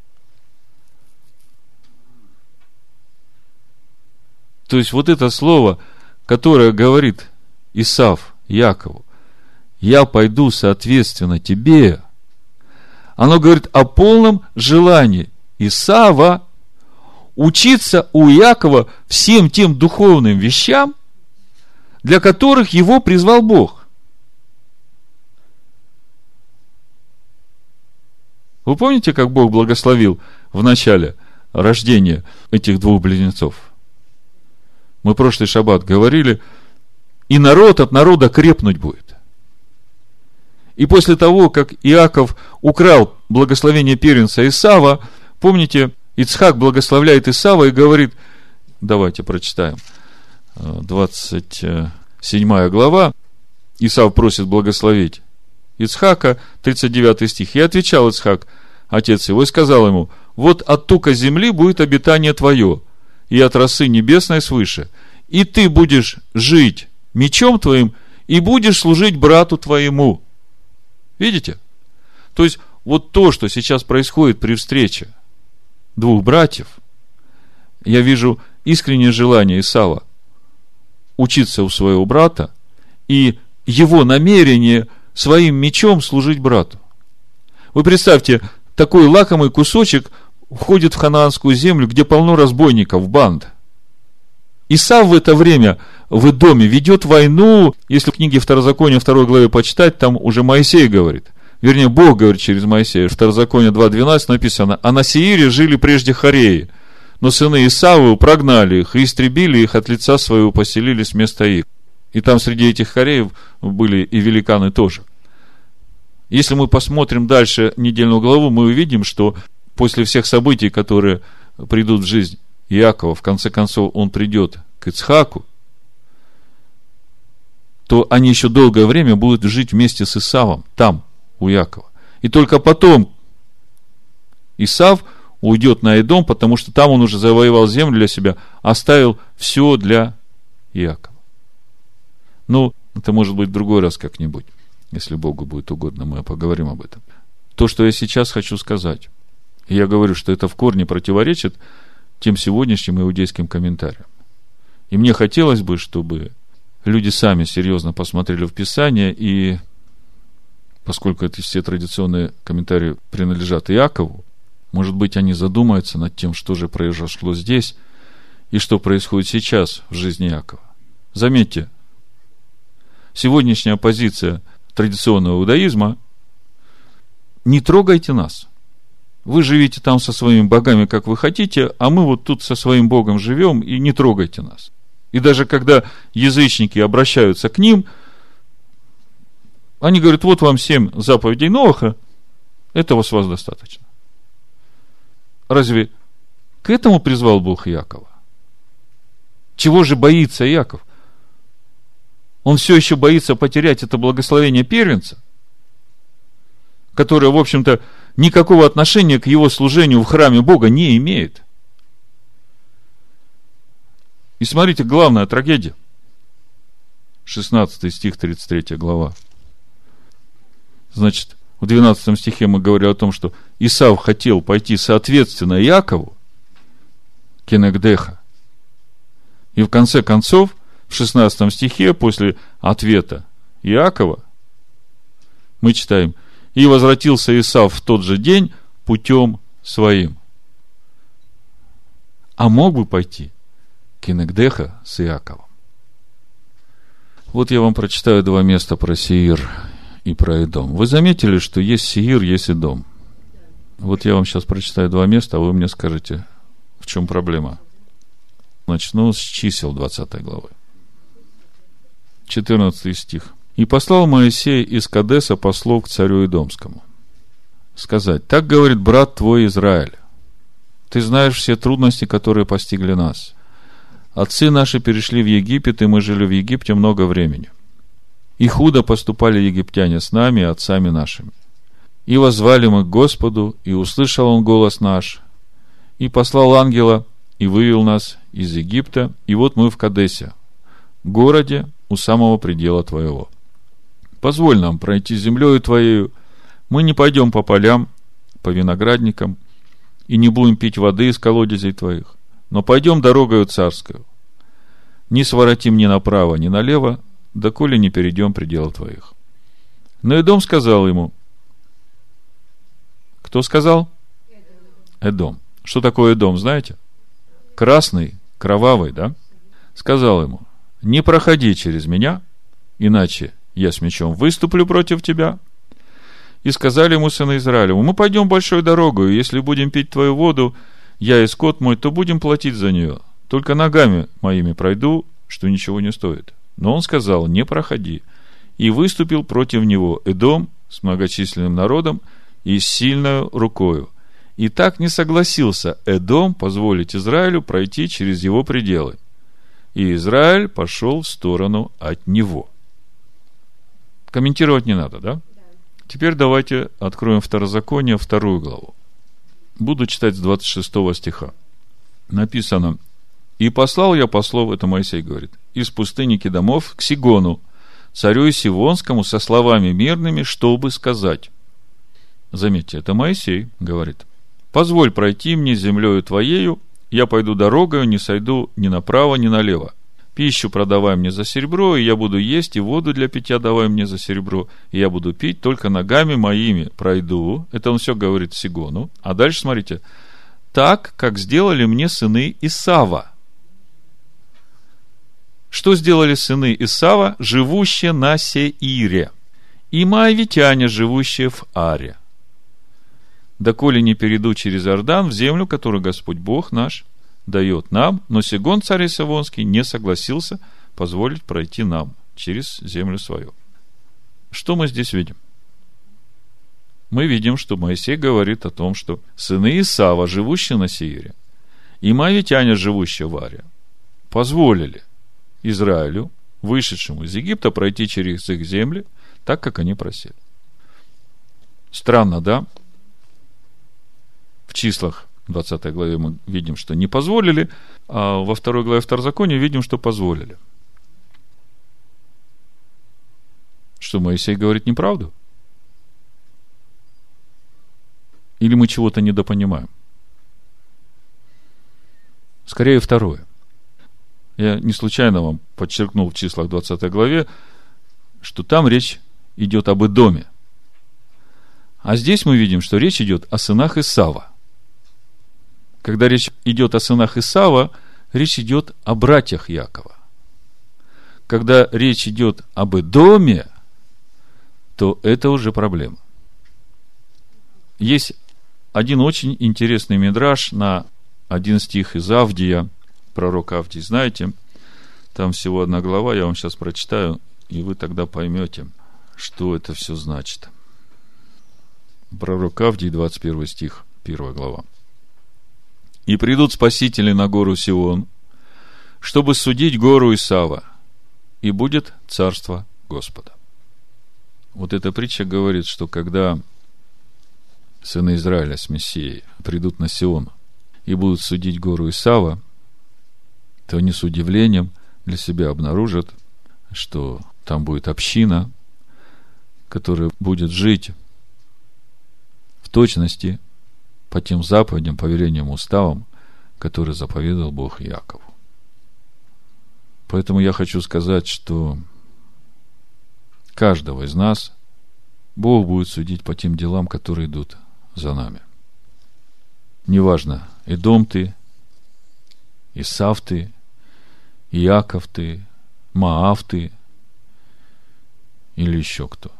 То есть, вот это слово, которое говорит Исав Якову: «Я пойду соответственно тебе», оно говорит о полном желании Исава учиться у Якова всем тем духовным вещам, для которых его призвал Бог. Вы помните, как Бог благословил в начале рождения этих двух близнецов? Мы прошлый шаббат говорили: и народ от народа крепнуть будет. И после того, как Иаков украл благословение первенца Исава, помните, Ицхак благословляет Исава и говорит, давайте прочитаем, 27 глава, Исав просит благословить Ицхака, 39 стих. «И отвечал Ицхак, отец его, и сказал ему: вот от тука земли будет обитание твое, и от росы небесной свыше, и ты будешь жить мечом твоим, и будешь служить брату твоему». Видите? То есть, вот то, что сейчас происходит при встрече двух братьев, я вижу искреннее желание Исава учиться у своего брата и его намерение своим мечом служить брату. Вы представьте, такой лакомый кусочек входит в ханаанскую землю, где полно разбойников, банд. Исав в это время в Эдоме ведет войну. Если в книге Второзакония 2 главе почитать, там уже Моисей говорит. Вернее, Бог говорит через Моисея. Второзаконие 2:12 написано: «А на Сеире жили прежде хореи, но сыны Исаву прогнали их и истребили их от лица своего, поселились вместо их». И там среди этих хореев были и великаны тоже. Если мы посмотрим дальше недельную главу, мы увидим, что после всех событий, которые придут в жизнь Иакова, в конце концов он придет к Ицхаку, то они еще долгое время будут жить вместе с Исавом, там, у Якова. И только потом Исав уйдет на Эдом, потому что там он уже завоевал землю для себя, оставил все для Иакова. Ну, это может быть в другой раз как-нибудь. Если Богу будет угодно, мы поговорим об этом. То, что я сейчас хочу сказать, и я говорю, что это в корне противоречит тем сегодняшним иудейским комментариям. И мне хотелось бы, чтобы люди сами серьезно посмотрели в Писание, и поскольку это все традиционные комментарии принадлежат Иакову, может быть, они задумаются над тем, что же произошло здесь и что происходит сейчас в жизни Иакова. Заметьте, сегодняшняя позиция традиционного иудаизма: не трогайте нас. Вы живите там со своими богами, как вы хотите, а мы вот тут со своим Богом живем, и не трогайте нас. И даже когда язычники обращаются к ним, они говорят: вот вам 7 заповедей Ноаха, этого с вас достаточно. Разве к этому призвал Бог Иакова? Чего же боится Иаков? Он все еще боится потерять это благословение первенца, которое, в общем-то, никакого отношения к его служению в храме Бога не имеет. И смотрите, главная трагедия. 16 стих, 33 глава. Значит, в 12 стихе мы говорили о том, что Исав хотел пойти соответственно Якову, кенегдеха. И в конце концов, в 16 стихе, после ответа Иакова, мы читаем: «И возвратился Исав в тот же день путем своим. А мог бы пойти к Инегдеха с Иаковом. Вот я вам прочитаю два места про Сеир и про Эдом. Вы заметили, что есть Сеир, есть Эдом? Вот я вам сейчас прочитаю два места, а вы мне скажете, в чем проблема. Начну с чисел 20 главы. 14 стих. «И послал Моисей из Кадеса послов к царю Эдомскому сказать: так говорит брат твой Израиль, ты знаешь все трудности, которые постигли нас. Отцы наши перешли в Египет, и мы жили в Египте много времени. И худо поступали египтяне с нами, отцами нашими. И воззвали мы к Господу, и услышал Он голос наш, и послал ангела, и вывел нас из Египта, и вот мы в Кадесе, городе у самого предела твоего. Позволь нам пройти землею твоею, мы не пойдем по полям, по виноградникам, и не будем пить воды из колодезей твоих, но пойдем дорогою царскую. Не своротим ни направо, ни налево, доколе не перейдем пределов твоих». Но Эдом сказал ему. Кто сказал? Эдом. Что такое Эдом, знаете? Красный, кровавый, да? Сказал ему: не проходи через меня, иначе я с мечом выступлю против тебя. И сказали ему сыны Израилеву: мы пойдем большой дорогой, и если будем пить твою воду, я и скот мой, то будем платить за нее. Только ногами моими пройду, что ничего не стоит. Но он сказал: не проходи. И выступил против него Эдом с многочисленным народом и с сильной рукою. И так не согласился Эдом позволить Израилю пройти через его пределы. И Израиль пошел в сторону от него. Комментировать не надо, да? Теперь давайте откроем Второзаконие, 2 главу. Буду читать с 26 стиха. Написано: «И послал я послов», это Моисей говорит, «из пустыни Кедомов к Сигону, царю Сивонскому, со словами мирными, чтобы сказать». Заметьте, это Моисей говорит: «Позволь пройти мне землею твоею, я пойду дорогою, не сойду ни направо, ни налево. Пищу продавай мне за серебро, и я буду есть, и воду для питья давай мне за серебро, и я буду пить, только ногами моими пройду». Это он все говорит Сигону. А дальше смотрите: «Так, как сделали мне сыны Исава». Что сделали сыны Исава, живущие на Сеире, и моавитяне, живущие в Аре? Доколе не перейду через Иордан в землю, которую Господь Бог наш дает нам, но Сигон, царь Сивонский, не согласился позволить пройти нам через землю свою». Что мы здесь видим? Мы видим, что Моисей говорит о том, что сыны Исава, живущие на Сеире, и моавитяне, живущие в Аре, позволили Израилю, вышедшему из Египта, пройти через их земли, так, как они просили. Странно, да? В числах 20 главе мы видим, что не позволили, а во 2 главе Второзакония видим, что позволили. Что Моисей говорит неправду? Или мы чего-то недопонимаем? Скорее второе. Я не случайно вам подчеркнул в числах 20 главе, что там речь идет об Эдоме. А здесь мы видим, что речь идет о сынах Исава. Когда речь идет о сынах Исава, речь идет о братьях Якова. Когда речь идет об Эдоме, то это уже проблема. Есть один очень интересный мидраш на один стих из Авдия, пророк Авдий, знаете, там всего 1 глава, я вам сейчас прочитаю, и вы тогда поймете, что это все значит. Пророк Авдий, 21 стих, 1 глава. «И придут спасители на гору Сион, чтобы судить гору Исава, и будет царство Господа». Вот эта притча говорит, что когда сыны Израиля с Мессией придут на Сион и будут судить гору Исава, то они с удивлением для себя обнаружат, что там будет община, которая будет жить в точности по тем заповедям, повелениям, уставам, которые заповедовал Бог Якову. Поэтому я хочу сказать, что каждого из нас Бог будет судить по тем делам, которые идут за нами. Неважно, Эдом ты, Исав ты, Иаков ты, Моав ты или еще кто.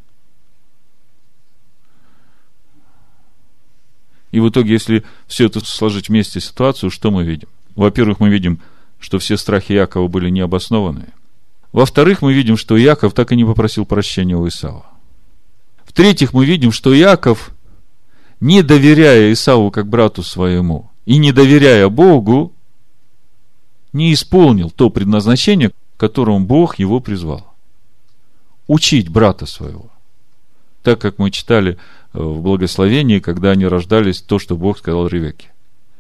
И в итоге, если все это сложить вместе ситуацию, что мы видим? Во-первых, мы видим, что все страхи Иакова были необоснованные. Во-вторых, мы видим, что Иаков так и не попросил прощения у Исава. В-третьих, мы видим, что Иаков, не доверяя Исаву как брату своему и не доверяя Богу, не исполнил то предназначение, к которому Бог его призвал. Учить брата своего. Так как мы читали в благословении, когда они рождались, то, что Бог сказал Ревекке.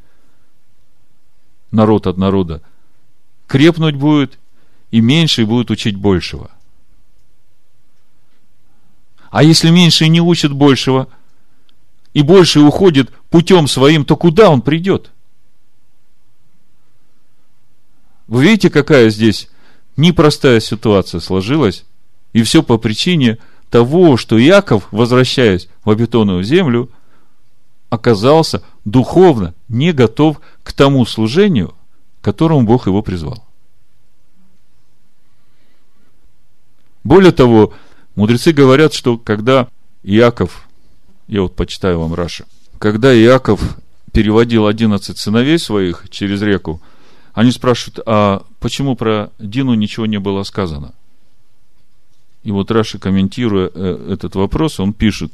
Народ от народа крепнуть будет, и меньший будет учить большего. А если меньший не учит большего, и больший уходит путем своим, то куда он придет? Вы видите, какая здесь непростая ситуация сложилась, и все по причине того, что Иаков, возвращаясь в обетованную землю, оказался духовно не готов к тому служению, к которому Бог его призвал. Более того, мудрецы говорят, что когда Иаков, я вот почитаю вам Раши, когда Иаков переводил 11 сыновей своих через реку, они спрашивают, а почему про Дину ничего не было сказано? И вот Раши, комментируя этот вопрос, он пишет,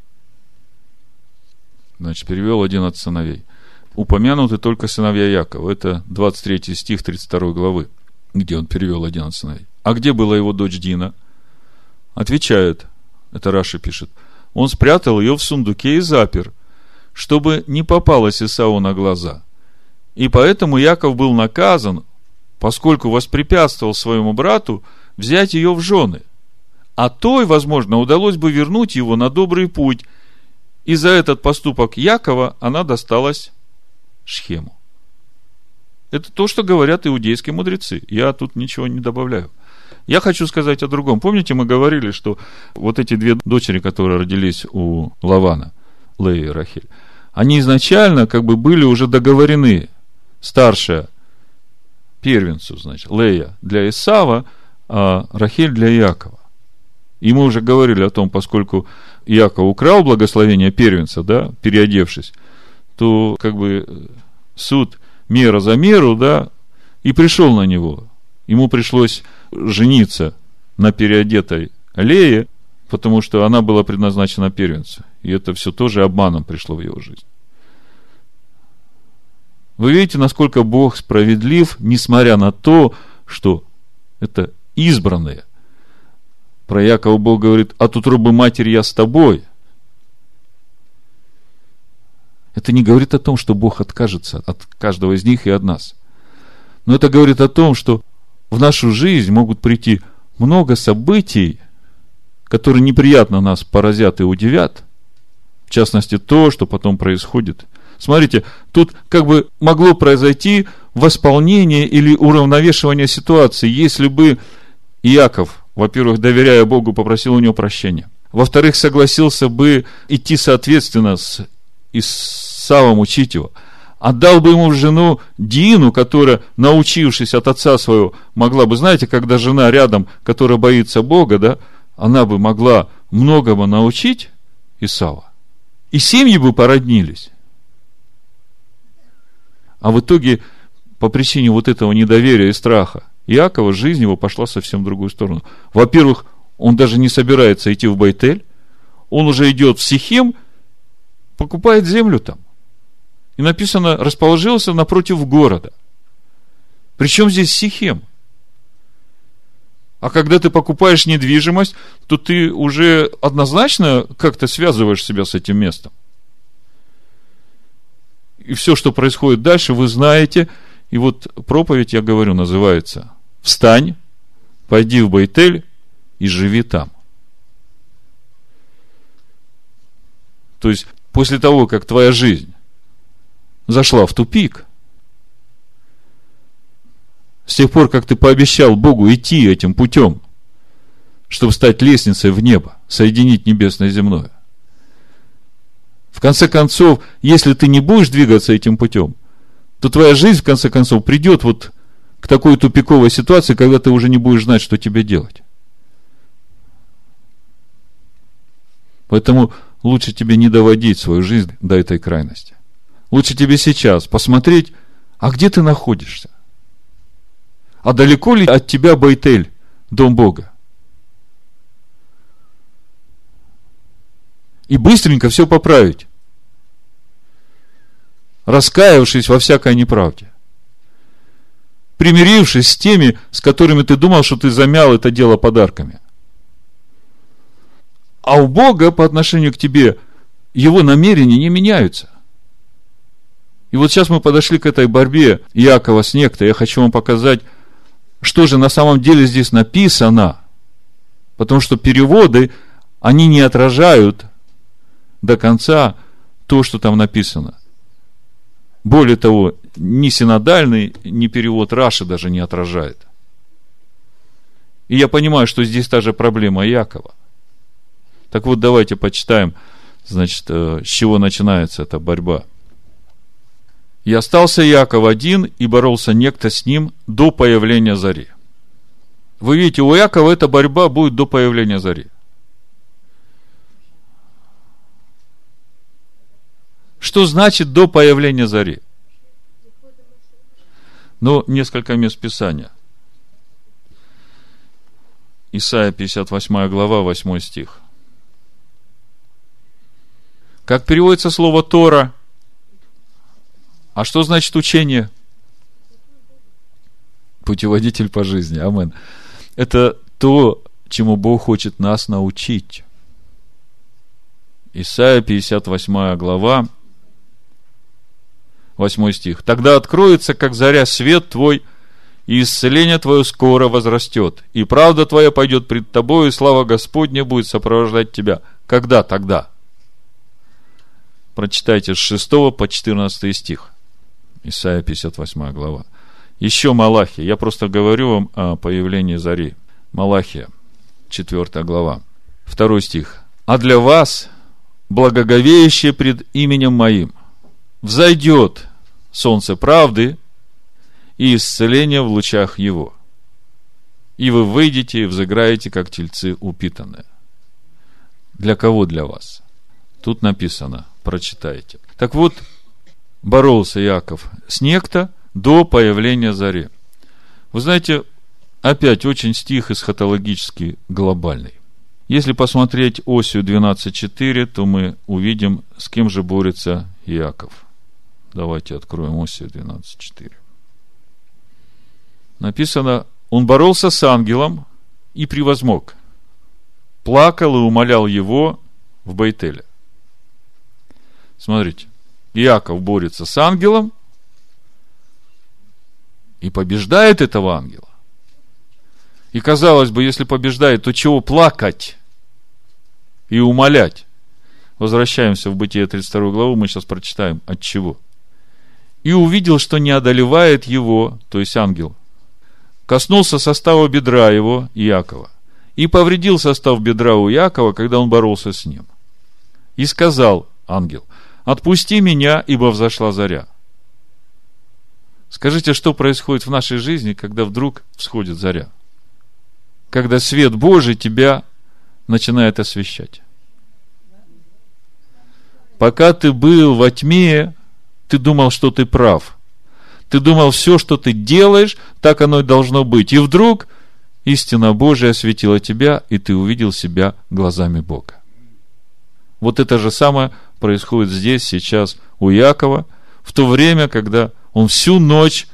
значит, перевел 11 сыновей. Упомянуты только сыновья Якова. Это 23 стих 32 главы, где он перевел 11 сыновей. А где была его дочь Дина? Отвечает, это Раши пишет, он спрятал ее в сундуке и запер, чтобы не попалась Исаву на глаза. И поэтому Яков был наказан, поскольку воспрепятствовал своему брату взять ее в жены. А той, возможно, удалось бы вернуть его на добрый путь, и за этот поступок Якова она досталась Шхему. Это то, что говорят иудейские мудрецы. Я тут ничего не добавляю. Я хочу сказать о другом. Помните, мы говорили, что вот эти две дочери, которые родились у Лавана, Лея и Рахель, они изначально как бы были уже договорены. Старшая первенцу, значит, Лея для Исава, а Рахель для Иакова. И мы уже говорили о том, поскольку Иаков украл благословение первенца, да, переодевшись, то как бы суд мера за меру, да, и пришел на него. Ему пришлось жениться на переодетой Лее, потому что она была предназначена первенцу. И это все тоже обманом пришло в его жизнь. Вы видите, насколько Бог справедлив, несмотря на то, что это избранные. Про Якова Бог говорит, от утробы матери я с тобой. Это не говорит о том, что Бог откажется от каждого из них и от нас. Но это говорит о том, что в нашу жизнь могут прийти много событий, которые неприятно нас поразят и удивят. В частности, то, что потом происходит. Смотрите, тут как бы могло произойти восполнение или уравновешивание ситуации, если бы Иаков, во-первых, доверяя Богу, попросил у него прощения. Во-вторых, согласился бы идти соответственно с Исавом, учить его. Отдал бы ему в жену Дину, которая, научившись от отца своего, могла бы, знаете, когда жена рядом, которая боится Бога, да, она бы могла многому научить Исава. И семьи бы породнились. А в итоге, по причине вот этого недоверия и страха, Иакова жизнь его пошла совсем в другую сторону. Во-первых, он даже не собирается идти в Бейтель, он уже идет в Сихем, покупает землю там. И написано, расположился напротив города. Причем здесь Сихем? А когда ты покупаешь недвижимость, то ты уже однозначно как-то связываешь себя с этим местом. И все, что происходит дальше, вы знаете. И вот проповедь, я говорю, называется «Встань, пойди в Бейтель и живи там». То есть, после того, как твоя жизнь зашла в тупик, с тех пор, как ты пообещал Богу идти этим путем, чтобы стать лестницей в небо, соединить небесное и земное, В конце концов, если ты не будешь двигаться этим путем, то твоя жизнь, в конце концов, придет вот к такой тупиковой ситуации, когда ты уже не будешь знать, что тебе делать. Поэтому лучше тебе не доводить свою жизнь до этой крайности. Лучше тебе сейчас посмотреть, а где ты находишься? А далеко ли от тебя Бейтель, дом Бога? И быстренько все поправить, раскаявшись во всякой неправде, примирившись с теми, с которыми ты думал, что ты замял это дело подарками. А у Бога по отношению к тебе его намерения не меняются. И вот сейчас мы подошли к этой борьбе Иакова с некто. Я хочу вам показать, что же на самом деле здесь написано. Потому что переводы, они не отражают до конца то, что там написано. Более того, ни синодальный, ни перевод Раши даже не отражает. И я понимаю, что здесь та же проблема Иакова. Так вот, давайте почитаем, значит, с чего начинается эта борьба. «И остался Иаков один, и боролся некто с ним до появления зари». Вы видите, у Иакова эта борьба будет до появления зари. Что значит до появления зари? Ну, несколько мест Писания. Исайя 58 глава, 8 стих. Как переводится слово Тора? А что значит учение? Путеводитель по жизни. Амен. Это то, чему Бог хочет нас научить. Исайя 58 глава, 8 стих. «Тогда откроется, как заря, свет твой, и исцеление твое скоро возрастет, и правда твоя пойдет пред тобой, и слава Господня будет сопровождать тебя». Когда тогда? Прочитайте с 6 по 14 стих. Исайя 58 глава. Еще Малахия. Я просто говорю вам о появлении зари. Малахия, 4 глава. 2 стих. «А для вас, благоговеющие пред именем моим, взойдет солнце правды и исцеление в лучах его. И вы выйдете и взыграете, как тельцы упитанные». Для кого для вас? Тут написано, прочитайте. Так вот, боролся Иаков с некто до появления зари. Вы знаете, опять очень стих эсхатологически глобальный. Если посмотреть Осию 12.4, то мы увидим, с кем же борется Иаков. Давайте откроем Осию 12.4. Написано, он боролся с ангелом и превозмог. Плакал и умолял его в Бейтеле. Смотрите, Иаков борется с ангелом и побеждает этого ангела. И казалось бы, если побеждает, то чего плакать и умолять? Возвращаемся в Бытие 32 главу, мы сейчас прочитаем, от чего. «И увидел, что не одолевает его», то есть ангел, «коснулся состава бедра его, Иакова, и повредил состав бедра у Иакова, когда он боролся с ним. И сказал ангел: отпусти меня, ибо взошла заря». Скажите, что происходит в нашей жизни, когда вдруг всходит заря? Когда свет Божий тебя начинает освещать. Пока ты был во тьме, ты думал, что ты прав. Ты думал, все, что ты делаешь, так оно и должно быть. И вдруг истина Божия осветила тебя, и ты увидел себя глазами Бога. Вот это же самое происходит здесь, сейчас у Иакова, в то время, когда он всю ночь,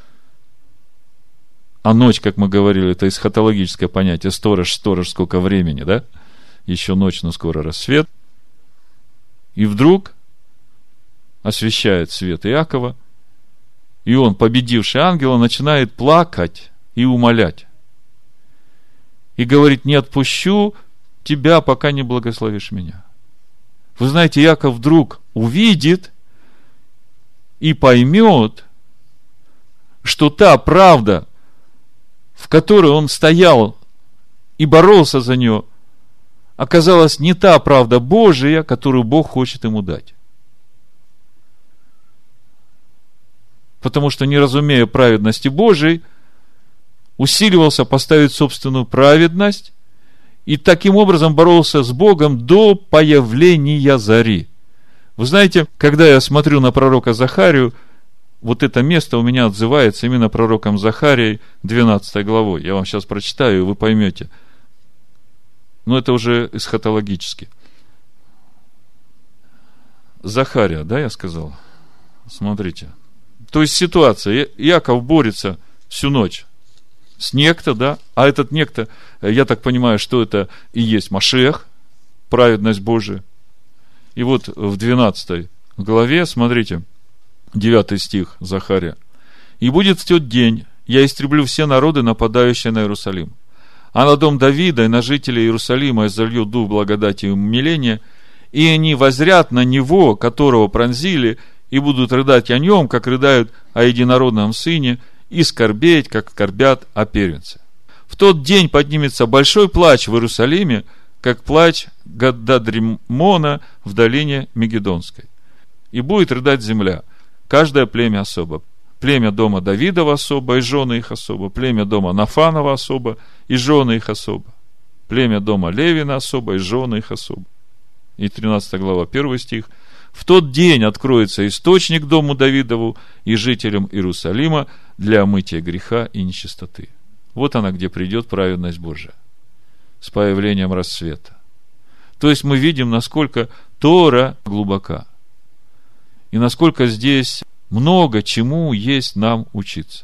а ночь, как мы говорили, это эсхатологическое понятие, сторож, сколько времени, да? Еще ночь, но скоро рассвет. И вдруг освещает свет Иакова, и он, победивший ангела, начинает плакать и умолять. И говорит: не отпущу тебя, пока не благословишь меня. Вы знаете, Иаков вдруг увидит и поймет, что та правда, в которой он стоял и боролся за нее, оказалась не та правда Божия, которую Бог хочет ему дать. потому что, не разумея праведности Божией, усиливался поставить собственную праведность и таким образом боролся с Богом до появления зари. Вы знаете, когда я смотрю на пророка Захарию, вот это место у меня отзывается именно пророком Захарией 12 главой. Я вам сейчас прочитаю, и вы поймете. Но это уже эсхатологически. Захария, да, я сказал? Смотрите. То есть ситуация. Иаков борется всю ночь с некто, да, а этот некто, я так понимаю, что это и есть Машиах, праведность Божия. И вот в 12 главе, смотрите, 9 стих Захария. «И будет в тот день, я истреблю все народы, нападающие на Иерусалим. А на дом Давида и на жителей Иерусалима я залью дух благодати и умиления, и они воззрят на него, которого пронзили, и будут рыдать о нем, как рыдают о единородном сыне, и скорбеть, как скорбят о первенце. В тот день поднимется большой плач в Иерусалиме, как плач Гададримона в долине Мегидонской. И будет рыдать земля, каждое племя особо. Племя дома Давидова особо, и жены их особо. Племя дома Нафанова особо, и жены их особо. Племя дома Левина особо, и жены их особо». И 13 глава, 1 стих. «В тот день откроется источник дому Давидову и жителям Иерусалима для омытия греха и нечистоты». Вот она, где придет праведность Божия. С появлением рассвета. То есть мы видим, насколько Тора глубока. И насколько здесь много чему есть нам учиться.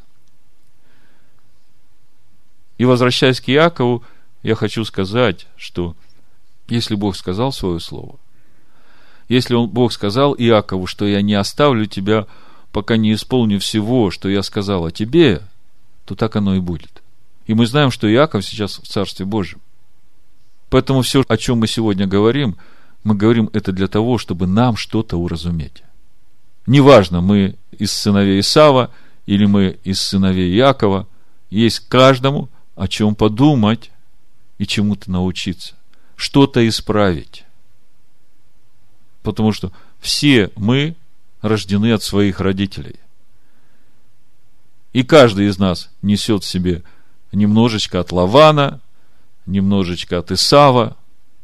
И возвращаясь к Иакову, я хочу сказать, что если Бог сказал свое слово, если Бог сказал Иакову, что я не оставлю тебя, пока не исполню всего, что я сказал о тебе, то так оно и будет. И мы знаем, что Иаков сейчас в Царстве Божьем. Поэтому все, о чем мы сегодня говорим, мы говорим это для того, чтобы нам что-то уразуметь. Неважно, мы из сыновей Исава или мы из сыновей Иакова, есть каждому о чем подумать и чему-то научиться, что-то исправить. Потому что все мы рождены от своих родителей. И каждый из нас несет в себе немножечко от Лавана, немножечко от Исава.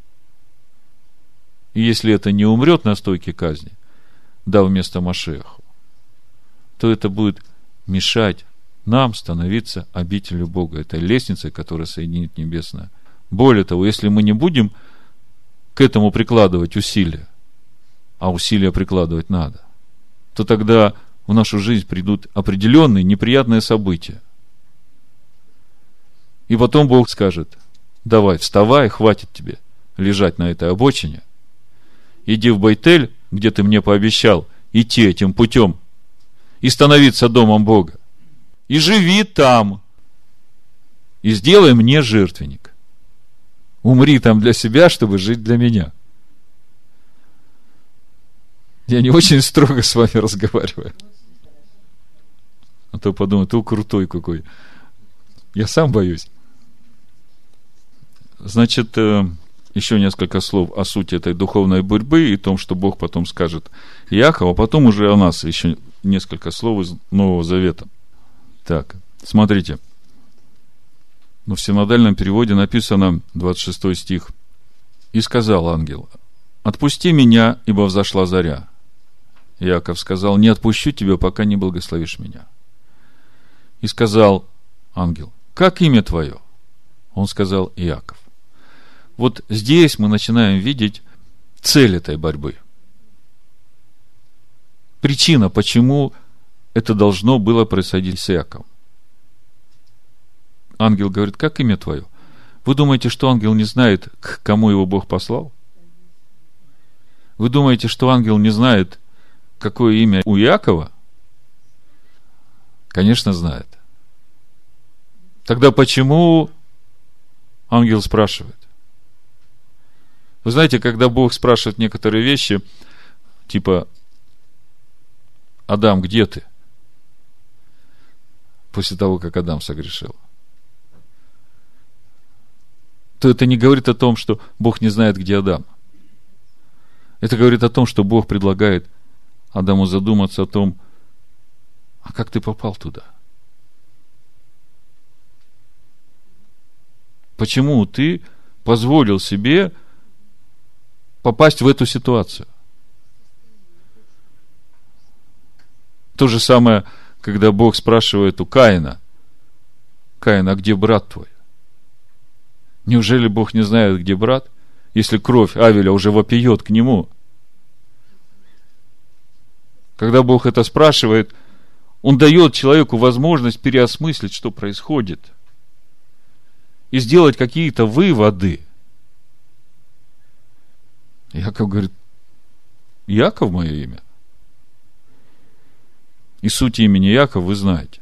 И если это не умрет на стойке казни, да вместо Машиаху, то это будет мешать нам становиться обителью Бога, этой лестницей, которая соединит небесное. Более того, если мы не будем к этому прикладывать усилия, а усилия прикладывать надо, то тогда в нашу жизнь придут определенные неприятные события. И потом Бог скажет: давай, вставай, хватит тебе лежать на этой обочине. Иди в Бейтель, где ты мне пообещал идти этим путем и становиться домом Бога. И живи там. И сделай мне жертвенник. Умри там для себя, чтобы жить для меня. Я не очень строго с вами разговариваю. А то подумают: ты крутой какой. Я сам боюсь. Значит, еще несколько слов о сути этой духовной борьбы и том, что Бог потом скажет Иакову, а потом уже о нас еще несколько слов из Нового Завета. Так, смотрите. В синодальном переводе написано, 26 стих: «И сказал ангел: отпусти меня, ибо взошла заря. Иаков сказал: не отпущу тебя, пока не благословишь меня. И сказал ангел: как имя твое? Он сказал: Иаков». Вот здесь мы начинаем видеть цель этой борьбы. Причина, почему это должно было происходить с Иаковом. Ангел говорит: как имя твое? Вы думаете, что ангел не знает, к кому его Бог послал? Вы думаете, что ангел не знает, какое имя у Иакова? Конечно, знает. Тогда почему ангел спрашивает? Вы знаете, когда Бог спрашивает некоторые вещи, типа: Адам, где ты? После того, как Адам согрешил. То это не говорит о том, что Бог не знает, где Адам. Это говорит о том, что Бог предлагает Адаму задуматься о том, А как ты попал туда? Почему ты позволил себе попасть в эту ситуацию? То же самое, когда Бог спрашивает у Каина: Каин, а где брат твой? Неужели Бог не знает, где брат, если кровь Авеля уже вопиет к нему? Когда Бог это спрашивает, Он дает человеку возможность переосмыслить, что происходит, и сделать какие-то выводы. Яков говорит: Яков мое имя. И суть имени Яков вы знаете.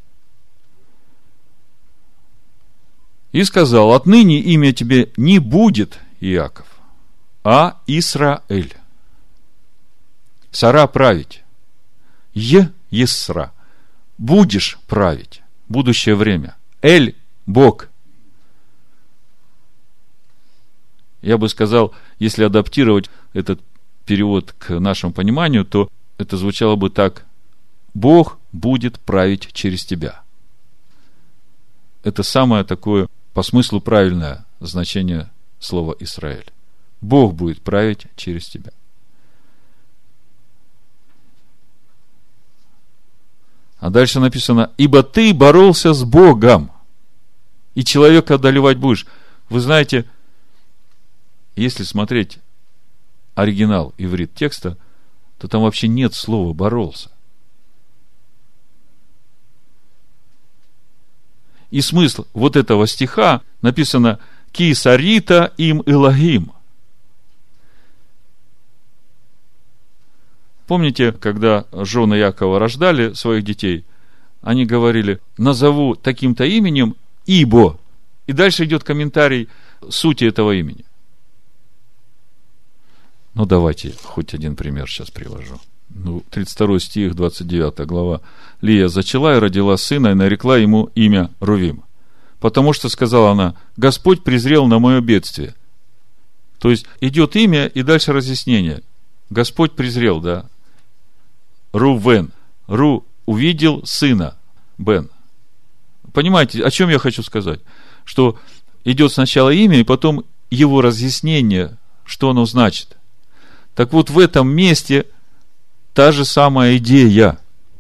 И сказал: отныне имя тебе не будет Иаков, а Исраэль. Сара править. Есра. Будешь править. Будущее время. Эль – Бог. Я бы сказал, если адаптировать этот перевод к нашему пониманию, то это звучало бы так: Бог будет править через тебя. Это самое такое по смыслу правильное значение слова Израиль. Бог будет править через тебя. А дальше написано: ибо ты боролся с Богом, и человека одолевать будешь. Вы знаете, если смотреть оригинал, иврит текста, то там вообще нет слова «боролся». И смысл вот этого стиха написано: «Ки сарита им Элохим». Помните, когда жены Якова рождали своих детей, они говорили: назову таким-то именем ибо. И дальше идет комментарий сути этого имени. Ну, давайте хоть один пример сейчас привожу. 32 стих, 29 глава. Лия зачала и родила сына, и нарекла ему имя Рувим. Потому что, сказала она, Господь презрел на мое бедствие. То есть, идет имя, и дальше разъяснение. Господь презрел, да. Рувен. Ру увидел сына. Бен. Понимаете, о чем я хочу сказать? Что идет сначала имя, и потом его разъяснение, что оно значит. Так вот, в этом месте та же самая идея.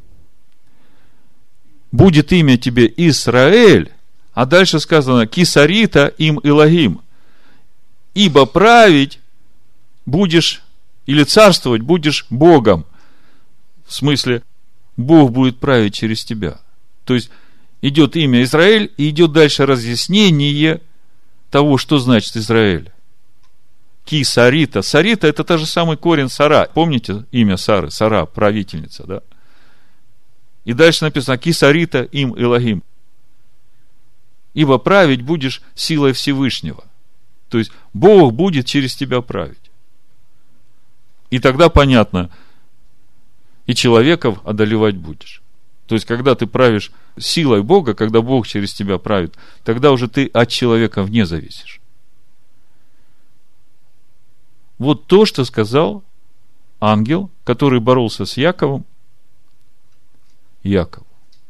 Будет имя тебе Исраэль, а дальше сказано Кисарита им Элохим. Ибо править будешь, или царствовать будешь Богом. В смысле, Бог будет править через тебя. То есть, идет имя Израиль, и идет дальше разъяснение того, что значит Израиль. Ки-сарита. Сарита – это тот же самый корень Сара. Помните имя Сары? Сара, правительница, да? И дальше написано Ки-сарита им Элохим. Ибо править будешь силой Всевышнего. То есть, Бог будет через тебя править. И тогда понятно, и человеков одолевать будешь. То есть, когда ты правишь силой Бога, когда Бог через тебя правит, тогда уже ты от человека вне зависишь. Вот то, что сказал ангел, который боролся с Яковом, Якову.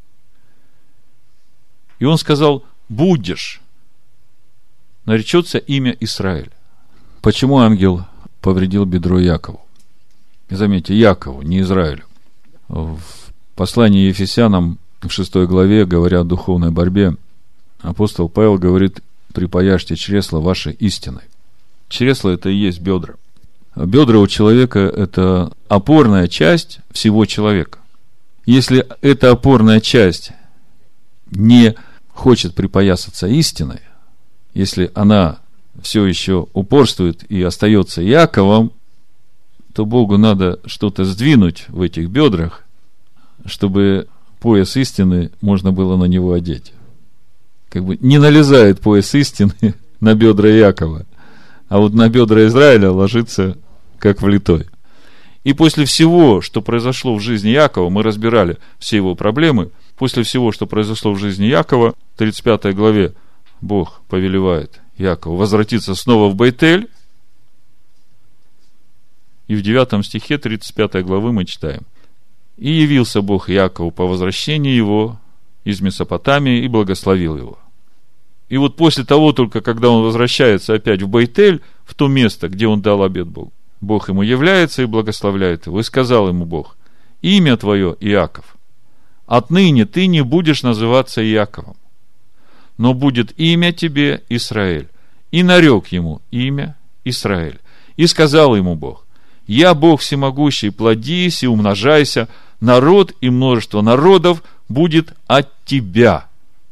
И он сказал: будешь. Наречется имя Израиль. Почему ангел повредил бедро Якову? И заметьте, Якову, не Израилю. В послании Ефесянам в 6 главе, говоря о духовной борьбе, апостол Павел говорит: припаяшьте чресла вашей истиной. Чресла – это и есть бедра. Бедра у человека – это опорная часть всего человека. Если эта опорная часть не хочет припоясаться истиной, если она все еще упорствует и остается Яковом, то Богу надо что-то сдвинуть в этих бедрах, чтобы пояс истины можно было на него одеть. Как бы не налезает пояс истины на бедра Якова, а вот на бедра Израиля ложится как влитой. И после всего, что произошло в жизни Якова, мы разбирали все его проблемы, после всего, что произошло в жизни Якова, в 35 главе Бог повелевает Якову возвратиться снова в Бейтель, и в 9 стихе 35 главы мы читаем: И явился Бог Иакову по возвращении его из Месопотамии и благословил его. И вот после того, только когда он возвращается опять в Бейтель, в то место, где он дал обет Богу, Бог ему является и благословляет его. И сказал ему Бог: имя твое Иаков. Отныне ты не будешь называться Иаковом, но будет имя тебе Израиль. И нарек ему имя Израиль. И сказал ему Бог: я Бог всемогущий, плодись и умножайся, народ и множество народов будет от тебя.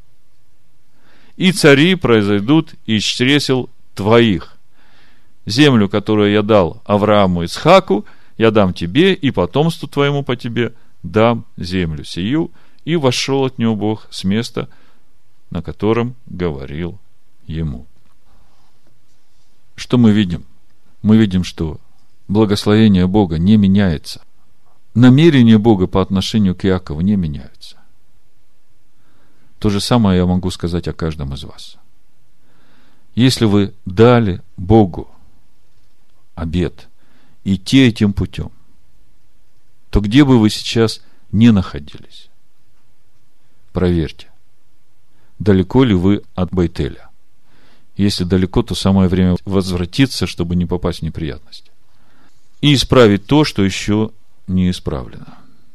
И цари произойдут из чресел твоих. Землю, которую я дал Аврааму и Исхаку, я дам тебе и потомству твоему по тебе дам землю сию. И вошел от него Бог с места, на котором говорил ему. Что мы видим? Мы видим, что благословение Бога не меняется. Намерения Бога по отношению к Иакову не меняются. То же самое я могу сказать о каждом из вас. Если вы дали Богу обет идти этим путем, то где бы вы сейчас ни находились, проверьте, далеко ли вы от Бейтеля. Если далеко, то самое время возвратиться, чтобы не попасть в неприятности. И исправить то, что еще не исправлено.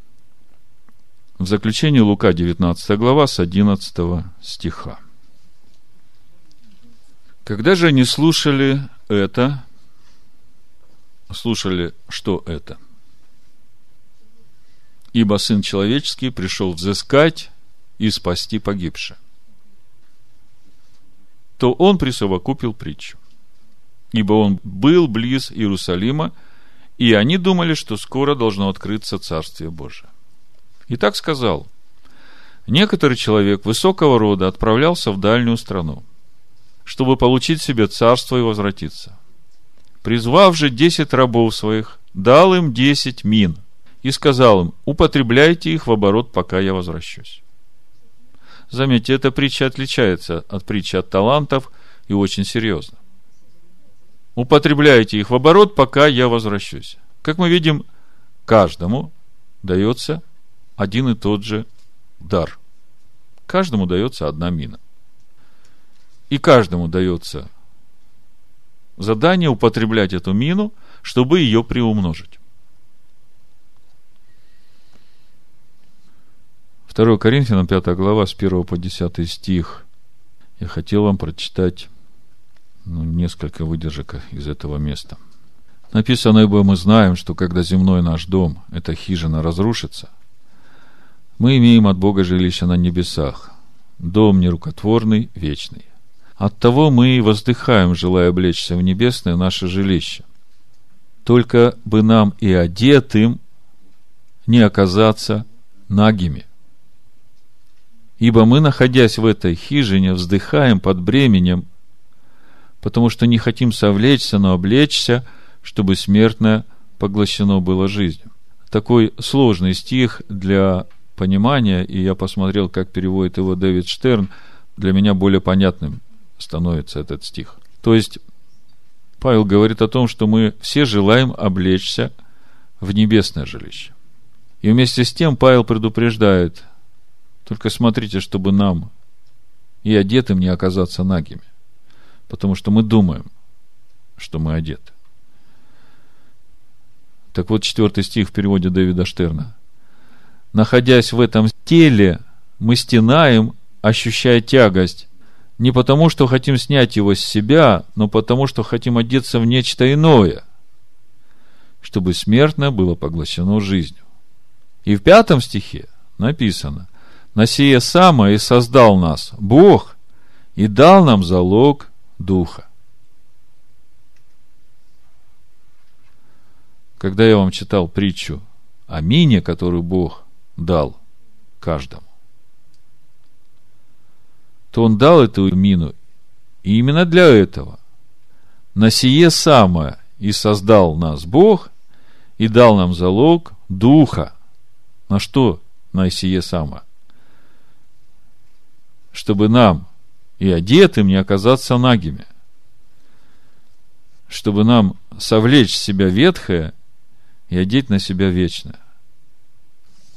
В заключение Лука 19 глава с 11 стиха. Когда же они слушали это, слушали, что это? Ибо Сын Человеческий пришел взыскать и спасти погибших. То он присовокупил притчу. Ибо он был близ Иерусалима, и они думали, что скоро должно открыться Царствие Божие. И так сказал: некоторый человек высокого рода отправлялся в дальнюю страну, чтобы получить себе царство и возвратиться. Призвав же 10 рабов своих, дал им 10 мин и сказал им: употребляйте их в оборот, пока я возвращусь. Заметьте, эта притча отличается от притчи от талантов и очень серьезно. Употребляйте их в оборот, пока я возвращусь. Как мы видим, каждому дается один и тот же дар. Каждому дается одна мина. И каждому дается задание употреблять эту мину, чтобы ее приумножить. 2 Коринфянам 5 глава с 1 по 10 стих. Я хотел вам прочитать несколько выдержек из этого места. Написано: ибо мы знаем, что когда земной наш дом, эта хижина, разрушится, мы имеем от Бога жилище на небесах, дом нерукотворный, вечный. Оттого мы и воздыхаем, желая облечься в небесное наше жилище. Только бы нам и одетым не оказаться нагими. Ибо мы, находясь в этой хижине, вздыхаем под бременем, потому что не хотим совлечься, но облечься, чтобы смертное поглощено было жизнью. Такой сложный стих для понимания, и я посмотрел, как переводит его Дэвид Штерн. Для меня более понятным становится этот стих. То есть Павел говорит о том, что мы все желаем облечься в небесное жилище. И вместе с тем Павел предупреждает: только смотрите, чтобы нам и одетым не оказаться нагими, потому что мы думаем, что мы одеты. Так вот, 4 стих в переводе Дэвида Штерна: находясь в этом теле, мы стенаем, ощущая тягость, не потому, что хотим снять его с себя, но потому, что хотим одеться в нечто иное, чтобы смертное было поглощено жизнью. И в 5 стихе написано: на сие самое и создал нас Бог и дал нам залог Духа. Когда я вам читал притчу о мине, которую Бог дал каждому, то Он дал эту мину именно для этого. На сие самое и создал нас Бог и дал нам залог Духа. На что на сие самое? Чтобы нам и одетым не оказаться нагими. Чтобы нам совлечь с себя ветхое и одеть на себя вечное.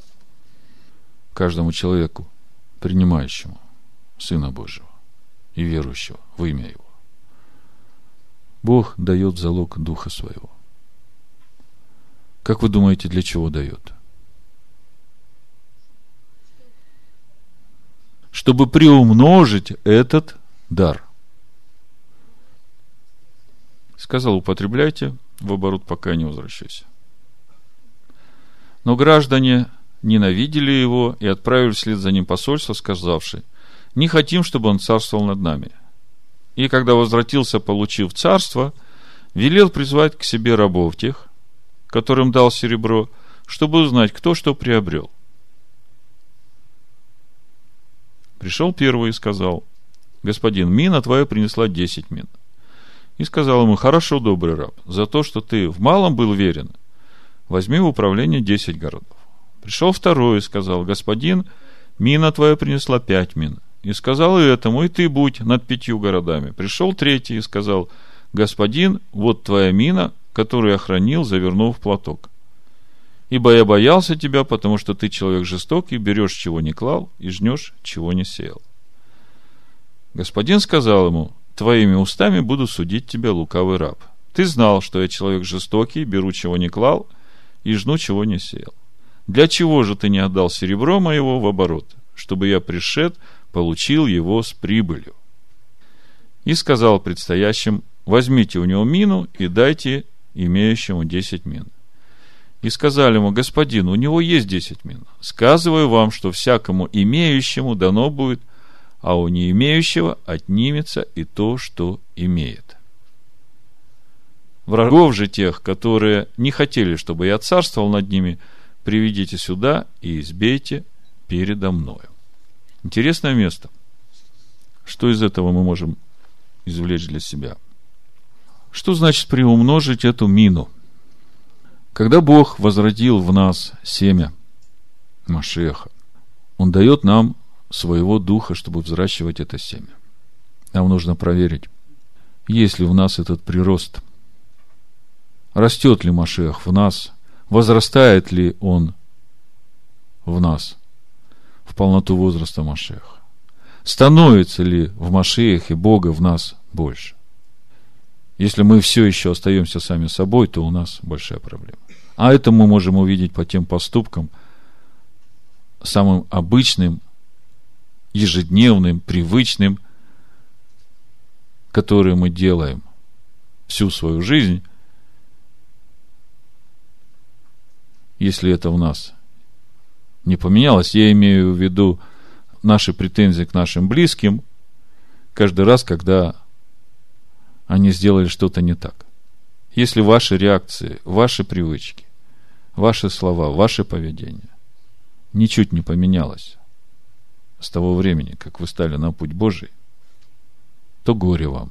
каждому человеку, принимающему Сына Божьего и верующего в имя Его. Бог дает залог Духа Своего. Как вы думаете, для чего дает? Чтобы приумножить этот дар. Сказал, употребляйте в оборот, пока я не возвращаюсь. Но граждане ненавидели его и отправили вслед за ним посольство, сказавши: не хотим, чтобы он царствовал над нами. И когда возвратился, получив царство, велел призвать к себе рабов тех, которым дал серебро, чтобы узнать, кто что приобрел. Пришел первый и сказал: господин, мина твоя принесла 10 мин. И сказал ему: хорошо, добрый раб, за то, что ты в малом был верен, возьми в управление 10 городов. Пришел второй и сказал: господин, мина твоя принесла 5 мин. И сказал и этому: и ты будь над 5 городами. Пришел третий и сказал: господин, вот твоя мина, которую я хранил, завернув в платок. Ибо я боялся тебя, потому что ты человек жестокий, берешь, чего не клал, и жнешь, чего не сеял. Господин сказал ему: твоими устами буду судить тебя, лукавый раб. Ты знал, что я человек жестокий, беру, чего не клал, и жну, чего не сеял. Для чего же ты не отдал серебро моего в оборот, чтобы я, пришед, получил его с прибылью? И сказал предстоящим: возьмите у него мину и дайте имеющему 10 мин. И сказали ему: господин, у него есть 10 мин. Сказываю вам, что всякому имеющему дано будет, а у не имеющего отнимется и то, что имеет. Врагов же тех, которые не хотели, чтобы я царствовал над ними, приведите сюда и избейте передо мною. Интересное место. Что из этого мы можем извлечь для себя? Что значит приумножить эту мину? Когда Бог возродил в нас семя Машиаха, Он дает нам своего духа, чтобы взращивать это семя. Нам нужно проверить, есть ли в нас этот прирост. Растет ли Машиах в нас? Возрастает ли он в нас в полноту возраста Машиаха? Становится ли в Машиахе Бога в нас больше? Если мы все еще остаемся сами собой, то у нас большая проблема. А это мы можем увидеть по тем поступкам, самым обычным, ежедневным, привычным, которые мы делаем всю свою жизнь. Если это в нас не поменялось, я имею в виду наши претензии к нашим близким каждый раз, когда они сделали что-то не так. Если ваши реакции, ваши привычки, ваши слова, ваше поведение ничуть не поменялось с того времени, как вы стали на путь Божий, то горе вам.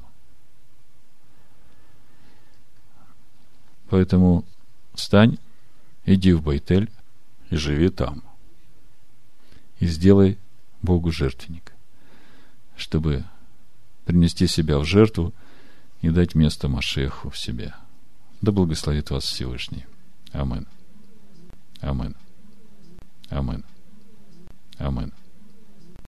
Поэтому встань, иди в Бейтель и живи там. И сделай Богу жертвенник, чтобы принести себя в жертву и дать место Машиаху в себе. Да благословит вас Всевышний. Амин. Амин. Амин. Амин.